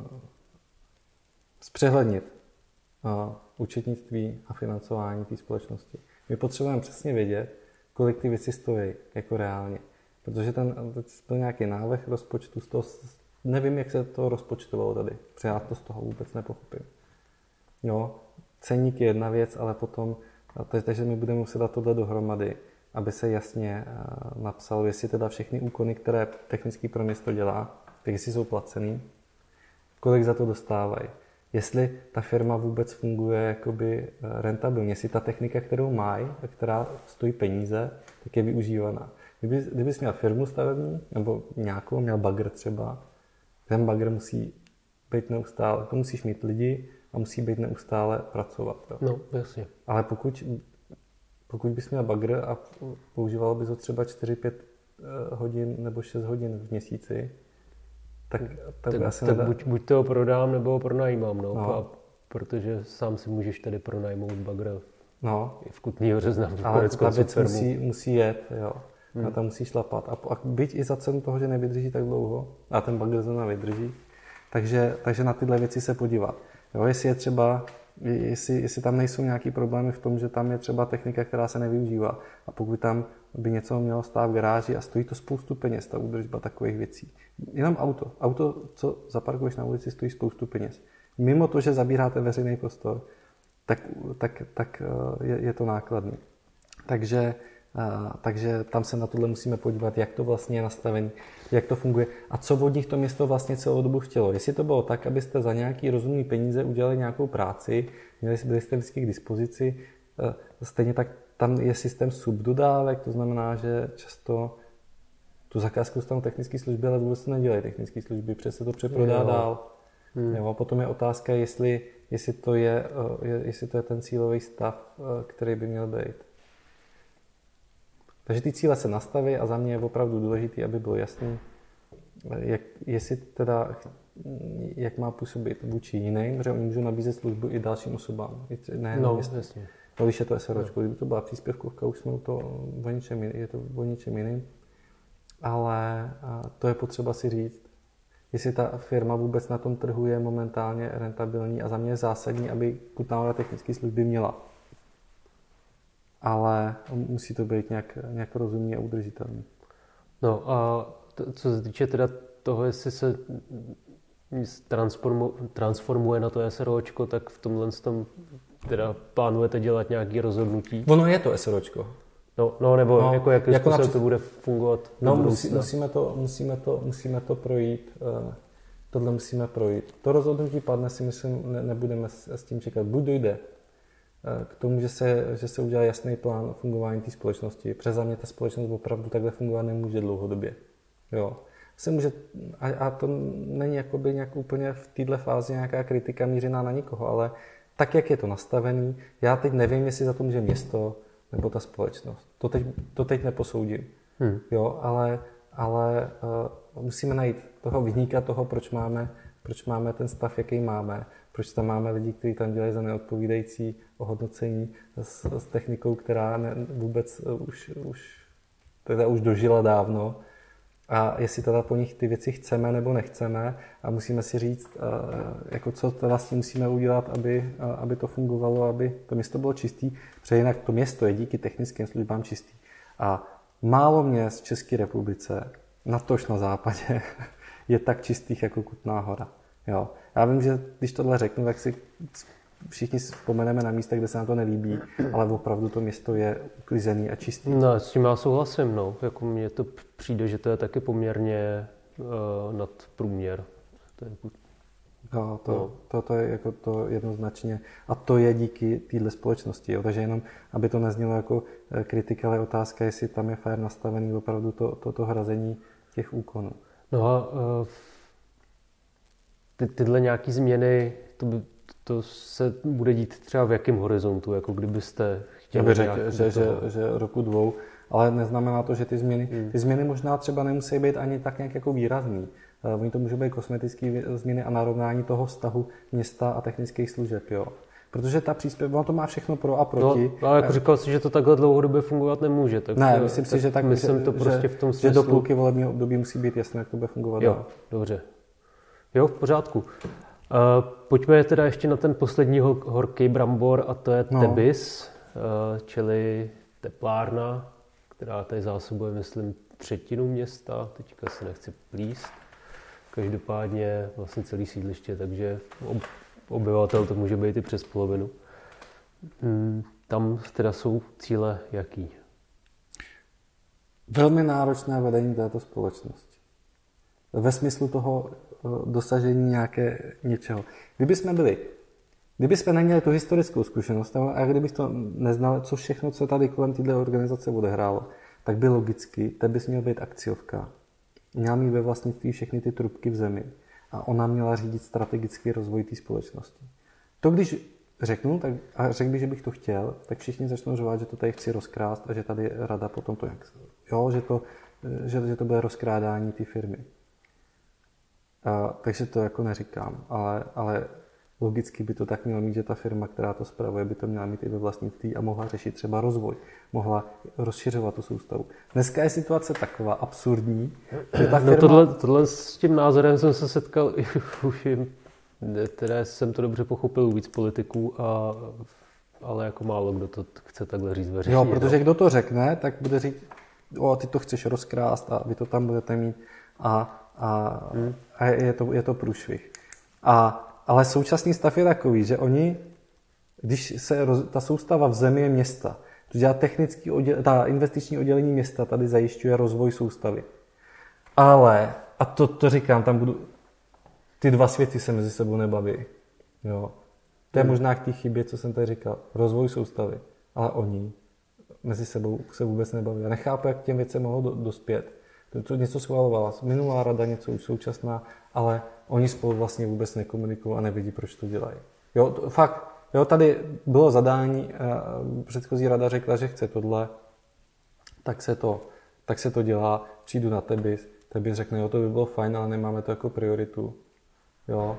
Speaker 2: zpřehlednit uh, účetnictví a financování té společnosti. My potřebujeme přesně vědět, kolik ty věci stojí jako reálně, protože ten byl nějaký návrh rozpočtu z toho. Nevím, jak se to rozpočtovalo tady, protože já to z toho vůbec nepochopím. Jo, ceník je jedna věc, ale potom, takže my budeme muset dát tohle dohromady, aby se jasně napsalo, jestli teda všechny úkony, které technický pro město dělá, tak jestli jsou placený, kolik za to dostávají. Jestli ta firma vůbec funguje jakoby rentabilně, jestli ta technika, kterou mají, která stojí peníze, tak je využívaná. Kdyby, kdybys měl firmu stavební, nebo nějakou, měl bagr třeba, ten bagr musí být neustále, to musíš mít lidi a musí být neustále pracovat. Jo.
Speaker 1: No, jasně.
Speaker 2: Ale pokud, pokud bys měl bagr a používal bys ho třeba čtyři pět hodin nebo šest hodin v měsíci, tak, tak,
Speaker 1: tak,
Speaker 2: asi
Speaker 1: tak
Speaker 2: nedá...
Speaker 1: buď, buď to prodám, nebo ho pronajímám. No.
Speaker 2: No.
Speaker 1: A protože sám si můžeš tady pronajmout bagr
Speaker 2: no.
Speaker 1: v Kutný Hoře, znám
Speaker 2: ale ta věc musí, musí jet, jo. Hmm. A tam musí šlapat. A, a byť i za cenu toho, že nevydrží tak dlouho, a ten bagr zrovna vydrží, takže, takže na tyhle věci se podívat. Jo, jestli je třeba, jestli, jestli tam nejsou nějaký problémy v tom, že tam je třeba technika, která se nevyužívá. A pokud tam by něco mělo stát v garáži a stojí to spoustu peněz, ta údržba takových věcí. Jenom auto. Auto, co zaparkuješ na ulici, stojí spoustu peněz. Mimo to, že zabíráte veřejný prostor, tak, tak, tak je, je to nákladný. Takže, takže tam se na tohle musíme podívat, jak to vlastně je nastavené, jak to funguje a co od nich to město vlastně celou dobu chtělo. Jestli to bylo tak, abyste za nějaký rozumný peníze udělali nějakou práci, měli byli jste vždycky k dispozici, stejně tak tam je systém subdodávek, to znamená, že často tu zakázku dostanou technické služby, ale vůbec to nedělají technické služby, přece to přeprodá jo. dál. Hmm. Jo, potom je otázka, jestli, jestli, to je, jestli to je ten cílový stav, který by měl být. Takže ty cíle se nastaví a za mě je opravdu důležité, aby bylo jasné, jak, jestli teda, jak má působit vůči jiným, protože oni můžou nabízet službu i dalším osobám. Ne,
Speaker 1: no,
Speaker 2: jasně.
Speaker 1: jasně.
Speaker 2: No, když je to SROčko, kdyby to byla příspěvkovka, už jsme to o něčem, je to o něčem jiným. Ale to je potřeba si říct, jestli ta firma vůbec na tom trhu je momentálně rentabilní a za mě je zásadní, aby Kutná Hora technické služby měla. Ale musí to být nějak, nějak rozumný a udržitelný.
Speaker 1: No a to, co se týče teda toho, jestli se transformuje na to SROčko, tak v tomhle tom teda plánujete dělat nějaké rozhodnutí?
Speaker 2: Ono je to SROčko.
Speaker 1: No, no nebo no, jako jakým jako způsobem napřed... to bude fungovat?
Speaker 2: No musí, musíme, to, musíme, to, musíme to projít. Tohle musíme projít. To rozhodnutí padne, si myslím, ne, nebudeme s tím čekat. Buď dojde k tomu, že se, že se udělá jasný plán fungování té společnosti. Přes za mě ta společnost opravdu takhle fungovat nemůže dlouhodobě. Jo. Se může, a, a to není jakoby nějak úplně v této fázi nějaká kritika mířená na nikoho, ale tak, jak je to nastavený, já teď nevím, jestli za to může město nebo ta společnost. To teď, to teď neposoudím. Hmm. Jo, ale, ale uh, musíme najít toho viníka toho, proč máme, proč máme ten stav, jaký máme. Proč tam máme lidi, kteří tam dělají za neodpovídající ohodnocení s, s technikou, která ne, vůbec už, už, teda už dožila dávno. A jestli teda po nich ty věci chceme nebo nechceme a musíme si říct, jako co teda s tím musíme udělat, aby, aby to fungovalo, aby to město bylo čistý, protože jinak to město je díky technickým službám čistý. A málo měst v České republice, natož na západě, je tak čistých jako Kutná Hora. Jo. Já vím, že když tohle řeknu, tak si všichni vzpomeneme na místa, kde se nám to nelíbí, ale opravdu to město je uklizený a čistý.
Speaker 1: No, s tím já souhlasím. No. Jako mně to přijde, že to je taky poměrně uh, nad průměr. To je...
Speaker 2: No, to, no. To, to je jako to jednoznačně. A to je díky téhle společnosti. Jo. Takže jenom, aby to neznělo jako kritika, ale otázka, jestli tam je fér nastavený opravdu to, to, to hrazení těch úkonů.
Speaker 1: No a uh, ty, tyhle nějaké změny, to, by, to se bude dít třeba v jakém horizontu, jako kdybyste chtěli...
Speaker 2: Já řekl, že, že, že roku dvou, ale neznamená to, že ty změny, hmm. ty změny možná třeba nemusí být ani tak nějak jako výrazný. Uh, oni to můžou být kosmetické změny a narovnání toho vztahu města a technických služeb, jo. Protože ta příspěvka, ono to má všechno pro a proti.
Speaker 1: No, ale jako říkal jsi, že to takhle dlouhodobě fungovat nemůže. Tak,
Speaker 2: ne, myslím si, že tak,
Speaker 1: myslím
Speaker 2: že,
Speaker 1: to prostě
Speaker 2: že,
Speaker 1: v tom smyslu,
Speaker 2: že do půlky volebního období musí být jasné, jak to bude fungovat.
Speaker 1: Jo,
Speaker 2: dál.
Speaker 1: Dobře. Jo, v pořádku. Uh, pojďme teda ještě na ten poslední horký brambor a to je no. Tebis, uh, čili teplárna, která tady zásobuje, myslím, třetinu města, teďka se nechci plíst. Každopádně vlastně celý sídliště, takže ob- obyvatel to může být i přes polovinu. Hmm, tam teda jsou cíle jaký?
Speaker 2: Velmi náročné vedení této společnosti. Ve smyslu toho dosažení nějaké něčeho. Kdyby jsme byli, kdyby jsme neměli tu historickou zkušenost a kdybych to neznal, co všechno, co tady kolem této organizace odehrálo, tak by logicky, Tebis měl být akciovka. Měla mít ve vlastnictví všechny ty trubky v zemi a ona měla řídit strategický rozvoj té společnosti. To, když řeknu tak, a řekl bych, že bych to chtěl, tak všichni začnou řovat, že to tady chci rozkrást a že tady rada potom to jak... Jo, že to, že, že to bude rozkrádání té firmy. A, takže to jako neříkám, ale, ale logicky by to tak mělo mít, že ta firma, která to spravuje, by to měla mít i ve vlastnictví a mohla řešit třeba rozvoj, mohla rozšiřovat tu soustavu. Dneska je situace taková absurdní, že ta firma...
Speaker 1: No tohle, tohle s tím názorem jsem se setkal i už jim, teda jsem to dobře pochopil u víc politiků, a, ale jako málo kdo to chce takhle říct veřejně.
Speaker 2: Jo, protože kdo to řekne, tak bude říct, o, ty to chceš rozkrást a vy to tam budete mít a, a, hmm. a je, to, je to průšvih. A Ale současný stav je takový, že oni, když se roz, ta soustava v zemi je města, to dělá technický odděl, ta investiční oddělení města tady zajišťuje rozvoj soustavy. Ale, a to, to říkám, tam budu, ty dva světy se mezi sebou nebaví. Jo. To je hmm. možná k té chybě, co jsem tady říkal, rozvoj soustavy, ale oni mezi sebou se vůbec nebaví. Já nechápu, jak k těm věcem mohou do, dospět. To, to něco schvalovala minulá rada, něco už současná, ale oni spolu vlastně vůbec nekomunikují a nevidí, proč to dělají. Jo, to, fakt, jo, tady bylo zadání, předchozí rada řekla, že chce tohle, tak se to, tak se to dělá, přijdu na Tebis, Tebis řekne, jo, to by bylo fajn, ale nemáme to jako prioritu. Jo,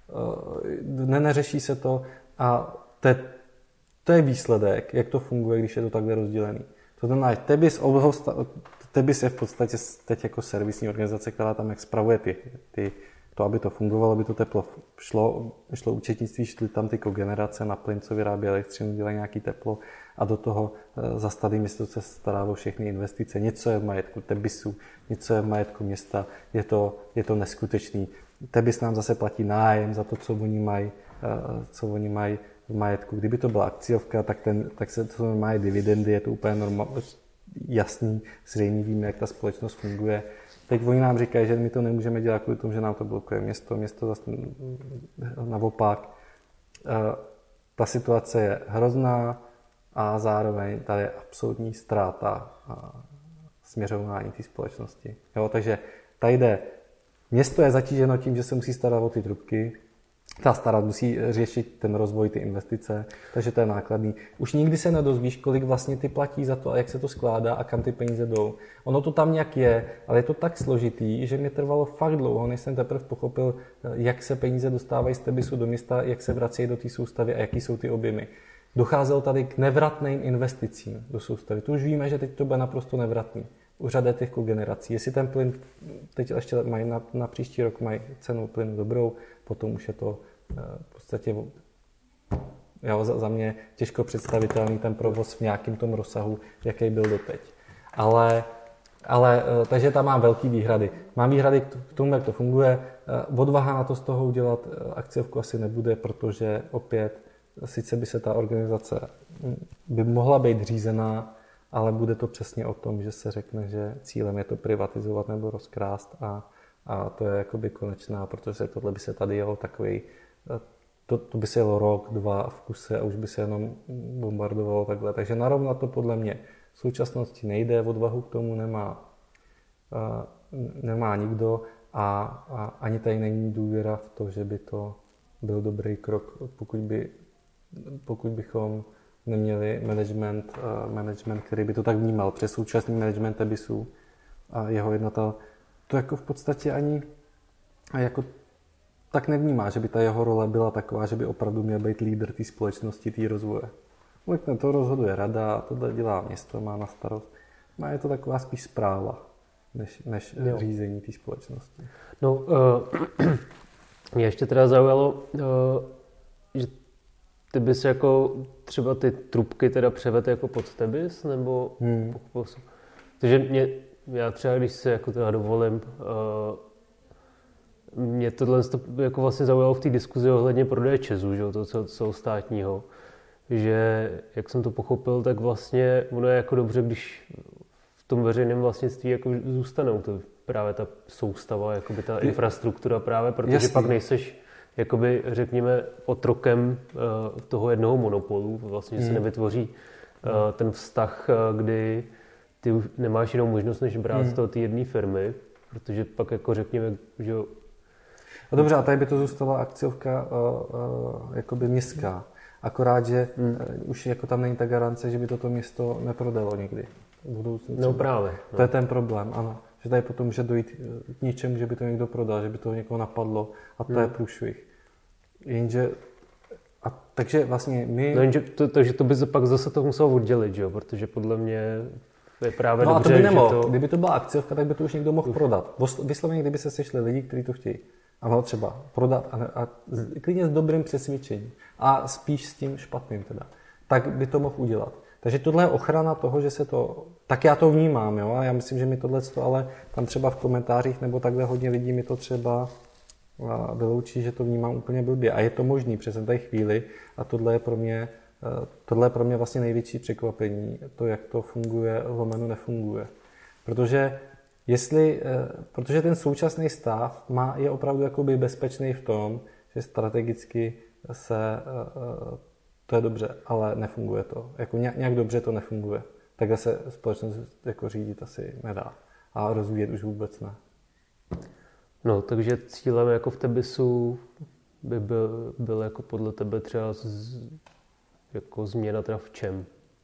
Speaker 2: ne, neřeší se to a to je, to je výsledek, jak to funguje, když je to takhle rozdělený. To znamená, Tebis, Tebis je v podstatě teď jako servisní organizace, která tam jak spravuje ty, ty to, aby to fungovalo, aby to teplo šlo, šlo účetnictví, šly tam ty kogenerace na plyn, co vyrábí elektřinu, dělají nějaký teplo a do toho za Staré město se stará o všechny investice. Něco je v majetku Tebisu, něco je v majetku města, je to, je to neskutečný. Tebis nám zase platí nájem za to, co oni mají, co oni mají v majetku. Kdyby to byla akciovka, tak, ten, tak se to mají dividendy, je to úplně normální, jasný, zřejmě víme, jak ta společnost funguje. Teď oni nám říkají, že my to nemůžeme dělat kvůli tomu, že nám to blokuje město. Město zase naopak. Ta situace je hrozná a zároveň tady je absolutní ztráta směřování té společnosti. Jo, takže tady jde. Město je zatíženo tím, že se musí starat o ty trubky, ta starat musí řešit ten rozvoj, ty investice, takže to je nákladný. Už nikdy se nedozvíš, kolik vlastně ty platí za to a jak se to skládá a kam ty peníze jdou. Ono to tam nějak je, ale je to tak složitý, že mě trvalo fakt dlouho, než jsem teprve pochopil, jak se peníze dostávají z Tebisu do města, jak se vracejí do té soustavy a jaký jsou ty objemy. Docházelo tady k nevratným investicím do soustavy. To už víme, že teď to bude naprosto nevratný. U řady těch kogenerací. Jestli ten plyn, teď ještě mají na, na příští rok mají cenu plynu dobrou, potom už je to v podstatě jo, za, za mě těžko představitelný ten provoz v nějakém tom rozsahu, jaký byl doteď. Ale, ale takže tam mám velký výhrady. Mám výhrady k tomu, jak to funguje. Odvaha na to z toho udělat akciovku asi nebude, protože opět sice by se ta organizace by mohla být řízená, ale bude to přesně o tom, že se řekne, že cílem je to privatizovat nebo rozkrást a, a to je jakoby konečná, protože tohle by se tady jelo takový, to, to by se jelo rok, dva v kuse a už by se jenom bombardovalo takhle. Takže narovnat to podle mě v současnosti nejde, odvahu k tomu nemá, nemá nikdo a, a ani tady není důvěra v to, že by to byl dobrý krok, pokud, by, pokud bychom neměli management, uh, management, který by to tak vnímal. Přes současný management Tebisu a jeho jednatel to jako v podstatě ani jako tak nevnímá, že by ta jeho role byla taková, že by opravdu měl být lídr té společnosti, té rozvoje. Řekne, to rozhoduje rada, tohle dělá město, má na starost. A je to taková spíš správa, než, než řízení té společnosti.
Speaker 1: No, uh, mě ještě teda zaujalo, uh, že ty bys jako třeba ty trubky teda převedl jako pod Tebis, nebo hmm. Takže mě, já třeba, když se jako teda dovolím, uh, mě tohle jako vlastně zaujalo v té diskuzi ohledně prodeje ČEZu, že, to celostátního, že jak jsem to pochopil, tak vlastně ono je jako dobře, když v tom veřejném vlastnictví jako zůstanou to právě ta soustava, jakoby ta infrastruktura právě, protože Jasný. Pak nejseš jakoby, řekněme, otrokem uh, toho jednoho monopolu, vlastně, že se nevytvoří uh, ten vztah, uh, kdy ty už nemáš jinou možnost, než brát z toho ty jedné firmy, protože pak jako řekněme, že...
Speaker 2: No dobře, a tady by to zůstala akciovka uh, uh, jakoby městská, akorát, že hmm. uh, už jako tam není ta garance, že by toto město neprodalo nikdy.
Speaker 1: No právě. No.
Speaker 2: To je ten problém, ano. Že tady potom může dojít k něčemu, že by to někdo prodal, že by to někoho napadlo a to hmm. je průšvih. Jenže A takže vlastně my...
Speaker 1: No jenže to, takže to by pak zase to muselo oddělit, že jo? Protože podle mě je právě
Speaker 2: no
Speaker 1: dobře,
Speaker 2: a to by nemohl.
Speaker 1: že to...
Speaker 2: Kdyby to byla akciovka, tak by to už někdo mohl prodat. Vysloveně, kdyby se sešli lidi, kteří to chtějí. A mohl třeba prodat a, a klidně s dobrým přesvědčením. A spíš s tím špatným teda. Tak by to mohl udělat. Takže tohle je ochrana toho, že se to... Tak já to vnímám, jo? A já myslím, že mi tohle, ale tam třeba v komentářích nebo takhle hodně lidí mi to třeba vyloučí, že to vnímám úplně blbě. A je to možný přes té chvíli a tohle je pro mě, tohle je pro mě vlastně největší překvapení, to, jak to funguje, lomeno nefunguje. Protože jestli, protože ten současný stav má, je opravdu jakoby bezpečný v tom, že strategicky se, to je dobře, ale nefunguje to. Jako nějak, nějak dobře to nefunguje. Takhle se společnost jako řídit asi nedá. A rozvíjet už vůbec ne.
Speaker 1: No, takže cílem jako v Tebisu by byl, byl jako podle tebe třeba z, jako změna teda v čem?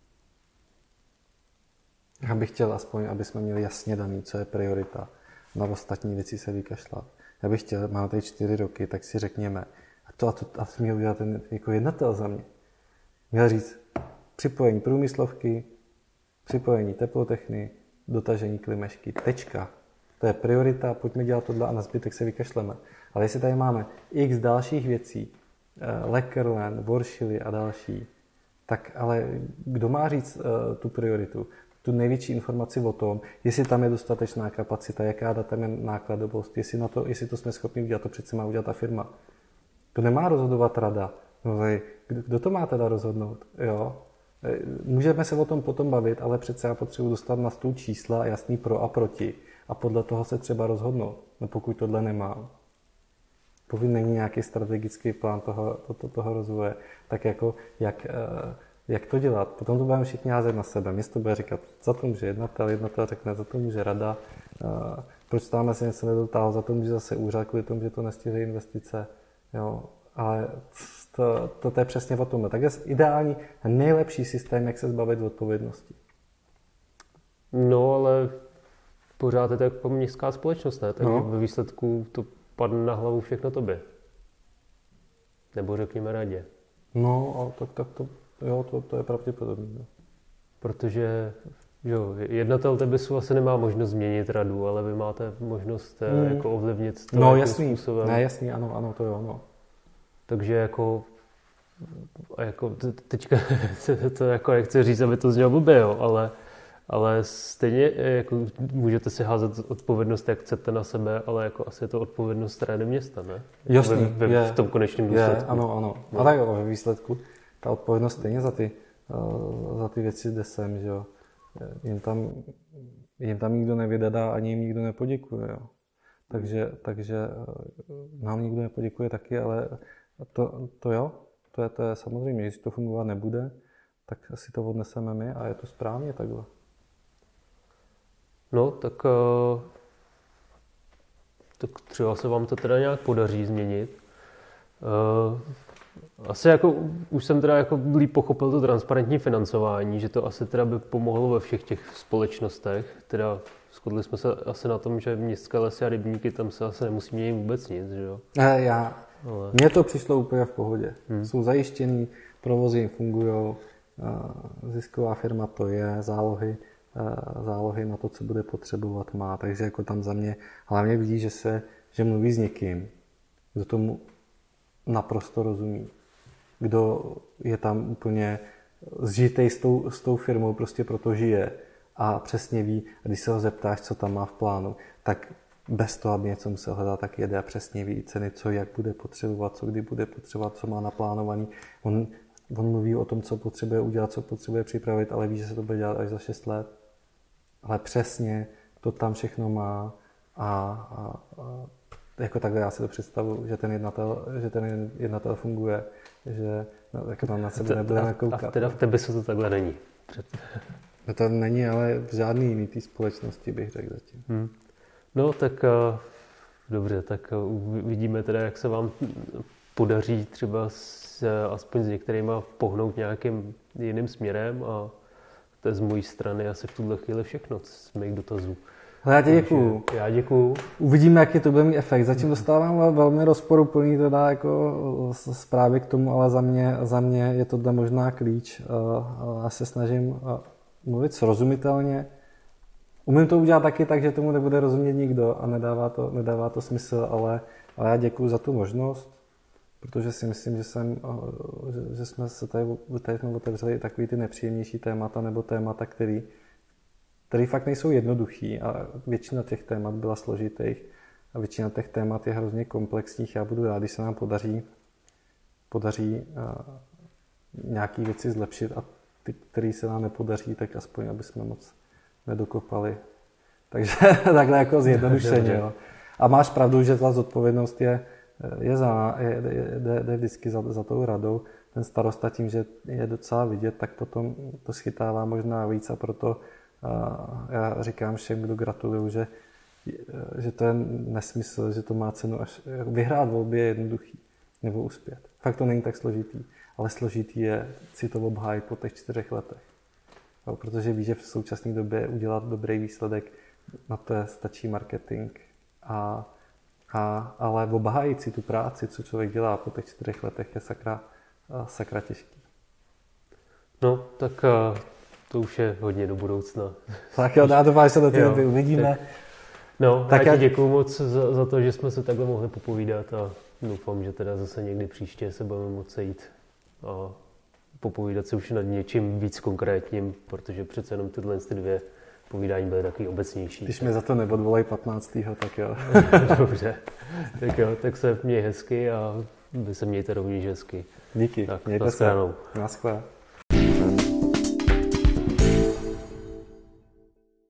Speaker 2: Já bych chtěl aspoň, aby jsme měli jasně daný, co je priorita. Na ostatní věci se vykašlat. Já bych chtěl, máme tady čtyři roky, tak si řekněme, a to a to, a to měl udělat ten jako jednatel za mě. Měl říct připojení průmyslovky, připojení teplotechny, dotažení klimešky, tečka. To je priorita, pojďme dělat tohle a na zbytek se vykašleme. Ale jestli tady máme x dalších věcí, Leckerland, Vorschily a další, tak ale kdo má říct uh, tu prioritu? Tu největší informaci o tom, jestli tam je dostatečná kapacita, jaká data je nákladovost, jestli, na to, jestli to jsme schopni udělat, to přece má udělat ta firma. To nemá rozhodovat rada. No, kdo, kdo to má teda rozhodnout? Jo? Můžeme se o tom potom bavit, ale přece já potřebuji dostat na stůl čísla a jasný pro a proti. A podle toho se třeba rozhodnout. No pokud tohle nemám, pokud není nějaký strategický plán toho, to, toho rozvoje, tak jako jak, jak to dělat? Potom to budeme všichni házet na sebe. Město bude říkat, za to může jednatel, jednatel řekne, za to může rada, proč tam se něco nedotáhlo, za to může zase úřad, kvůli tomu, že to nestěží investice. Jo? Ale to, to, to je přesně o tomhle. Tak je ideální, nejlepší systém, jak se zbavit odpovědnosti.
Speaker 1: No, ale pořád je to jako městská společnost, ne? Takže no. Ve výsledku to padne na hlavu všechno tobě. Nebo řekněme radě.
Speaker 2: No, tak, tak to, jo, to, to je pravděpodobné. No.
Speaker 1: Protože jo, jednatel Tebisu asi nemá možnost změnit radu, ale vy máte možnost hmm. jako ovlivnit to
Speaker 2: no, jasný.
Speaker 1: způsobem.
Speaker 2: Ne, jasný, ano, ano, to jo, no.
Speaker 1: Takže jako, jako teďka to jako nechci říct, aby to znělo blbě, jo, ale Ale stejně jako, můžete si házet odpovědnost, jak chcete na sebe, ale jako asi je to odpovědnost rady města, ne?
Speaker 2: Jasný,
Speaker 1: ve, ve,
Speaker 2: je,
Speaker 1: v tom konečném důsledku.
Speaker 2: Je, ano, ano. No. A tak ve výsledku ta odpovědnost stejně za ty, uh, za ty věci jde sem, že jo. Jim tam, jim tam nikdo nevydadá, ani jim nikdo nepoděkuje, jo. Takže, takže nám nikdo nepoděkuje taky, ale to, to jo, to je, to je samozřejmě, když to fungovat nebude, tak si to odneseme my a je to správně takhle.
Speaker 1: No, tak, uh, tak třeba se vám to teda nějak podaří změnit. Uh, asi jako, už jsem teda jako líp pochopil to transparentní financování, že to asi teda by pomohlo ve všech těch společnostech. Teda shodli jsme se asi na tom, že městské lesy a rybníky, tam se asi nemusí měnit vůbec nic, že jo?
Speaker 2: Ne, já, Ale... mně to přišlo úplně v pohodě. Hmm. Jsou zajištěný, provozy fungují, zisková firma to je, zálohy, zálohy na to, co bude potřebovat má, takže jako tam za mě hlavně vidí, že se, že mluví s někým, kdo tomu naprosto rozumí, kdo je tam úplně zžitej s tou, s tou firmou, prostě proto žije a přesně ví, a když se ho zeptáš, co tam má v plánu, tak bez toho, aby něco musel hledat, tak jede a přesně ví ceny, co jak bude potřebovat, co kdy bude potřebovat, co má naplánovaný. On, on mluví o tom, co potřebuje udělat, co potřebuje připravit, ale ví, že se to bude dělat až za šest let. Ale přesně to tam všechno má a, a, a jako takhle já si to představuji, že ten jednatel, že ten jednatel funguje, že no, tak tam na sebe nebudeme koukat.
Speaker 1: A teda v Tebisu to takhle není. Před...
Speaker 2: No to není, ale v žádný jiný té společnosti bych řekl zatím.
Speaker 1: Hmm. No tak uh, dobře, tak uh, vidíme teda, jak se vám podaří třeba s, uh, aspoň s některýma pohnout nějakým jiným směrem a to je z mojí strany asi v tuhle chvíli všechno z mých dotazů.
Speaker 2: Já tě děkuju.
Speaker 1: Já děkuju.
Speaker 2: Uvidíme, jaký to bude mít efekt. Zatím dostávám velmi rozporuplný teda jako zprávy k tomu, ale za mě, za mě je to možná klíč. Já se snažím mluvit srozumitelně. Umím to udělat taky tak, že tomu nebude rozumět nikdo a nedává to, nedává to smysl, ale, ale já děkuju za tu možnost, protože si myslím, že, jsem, že, že jsme se tady, tady jsme otevřeli takový ty nepříjemnější témata nebo témata, který které fakt nejsou jednoduchý a většina těch témat byla složitých a většina těch témat je hrozně komplexních. Já budu rád, když se nám podaří, podaří uh, nějaké věci zlepšit a ty, které se nám nepodaří, tak aspoň, aby jsme moc nedokopali. Takže takhle jako zjednodušeně. Jo. A máš pravdu, že ta zodpovědnost je, je, za, je, je, je, je vždycky za, za tou radou. Ten starosta tím, že je docela vidět, tak potom to schytává možná víc a proto a já říkám všem, kdo gratuluju, že, že to je nesmysl, že to má cenu až vyhrát volby je jednoduchý, nebo uspět. Fakt to není tak složitý, ale složitý je si to obhájit po těch čtyřech letech. No, protože víš, že v současné době udělat dobrý výsledek, na to je, stačí marketing. A, a, ale obhájit si tu práci, co člověk dělá po těch čtyřech letech, je sakra, sakra těžký.
Speaker 1: No, tak to už je hodně do budoucna.
Speaker 2: Tak jo, já doufám, že se do té doby uvidíme.
Speaker 1: Tak, no,
Speaker 2: tak
Speaker 1: já
Speaker 2: já
Speaker 1: ti děkuju moc za, za to, že jsme se takhle mohli popovídat a doufám, že teda zase někdy příště se budeme moct sejít a popovídat se už nad něčím víc konkrétním, protože přece jenom tyhle ty dvě povídání byly takový obecnější.
Speaker 2: Když mě za to neodvolají patnáctého tak jo.
Speaker 1: Dobře, tak jo, tak se měj hezky a vy se mějte rovněž hezky.
Speaker 2: Díky,
Speaker 1: tak,
Speaker 2: mějte se.
Speaker 1: Naschledanou.
Speaker 2: Naschle.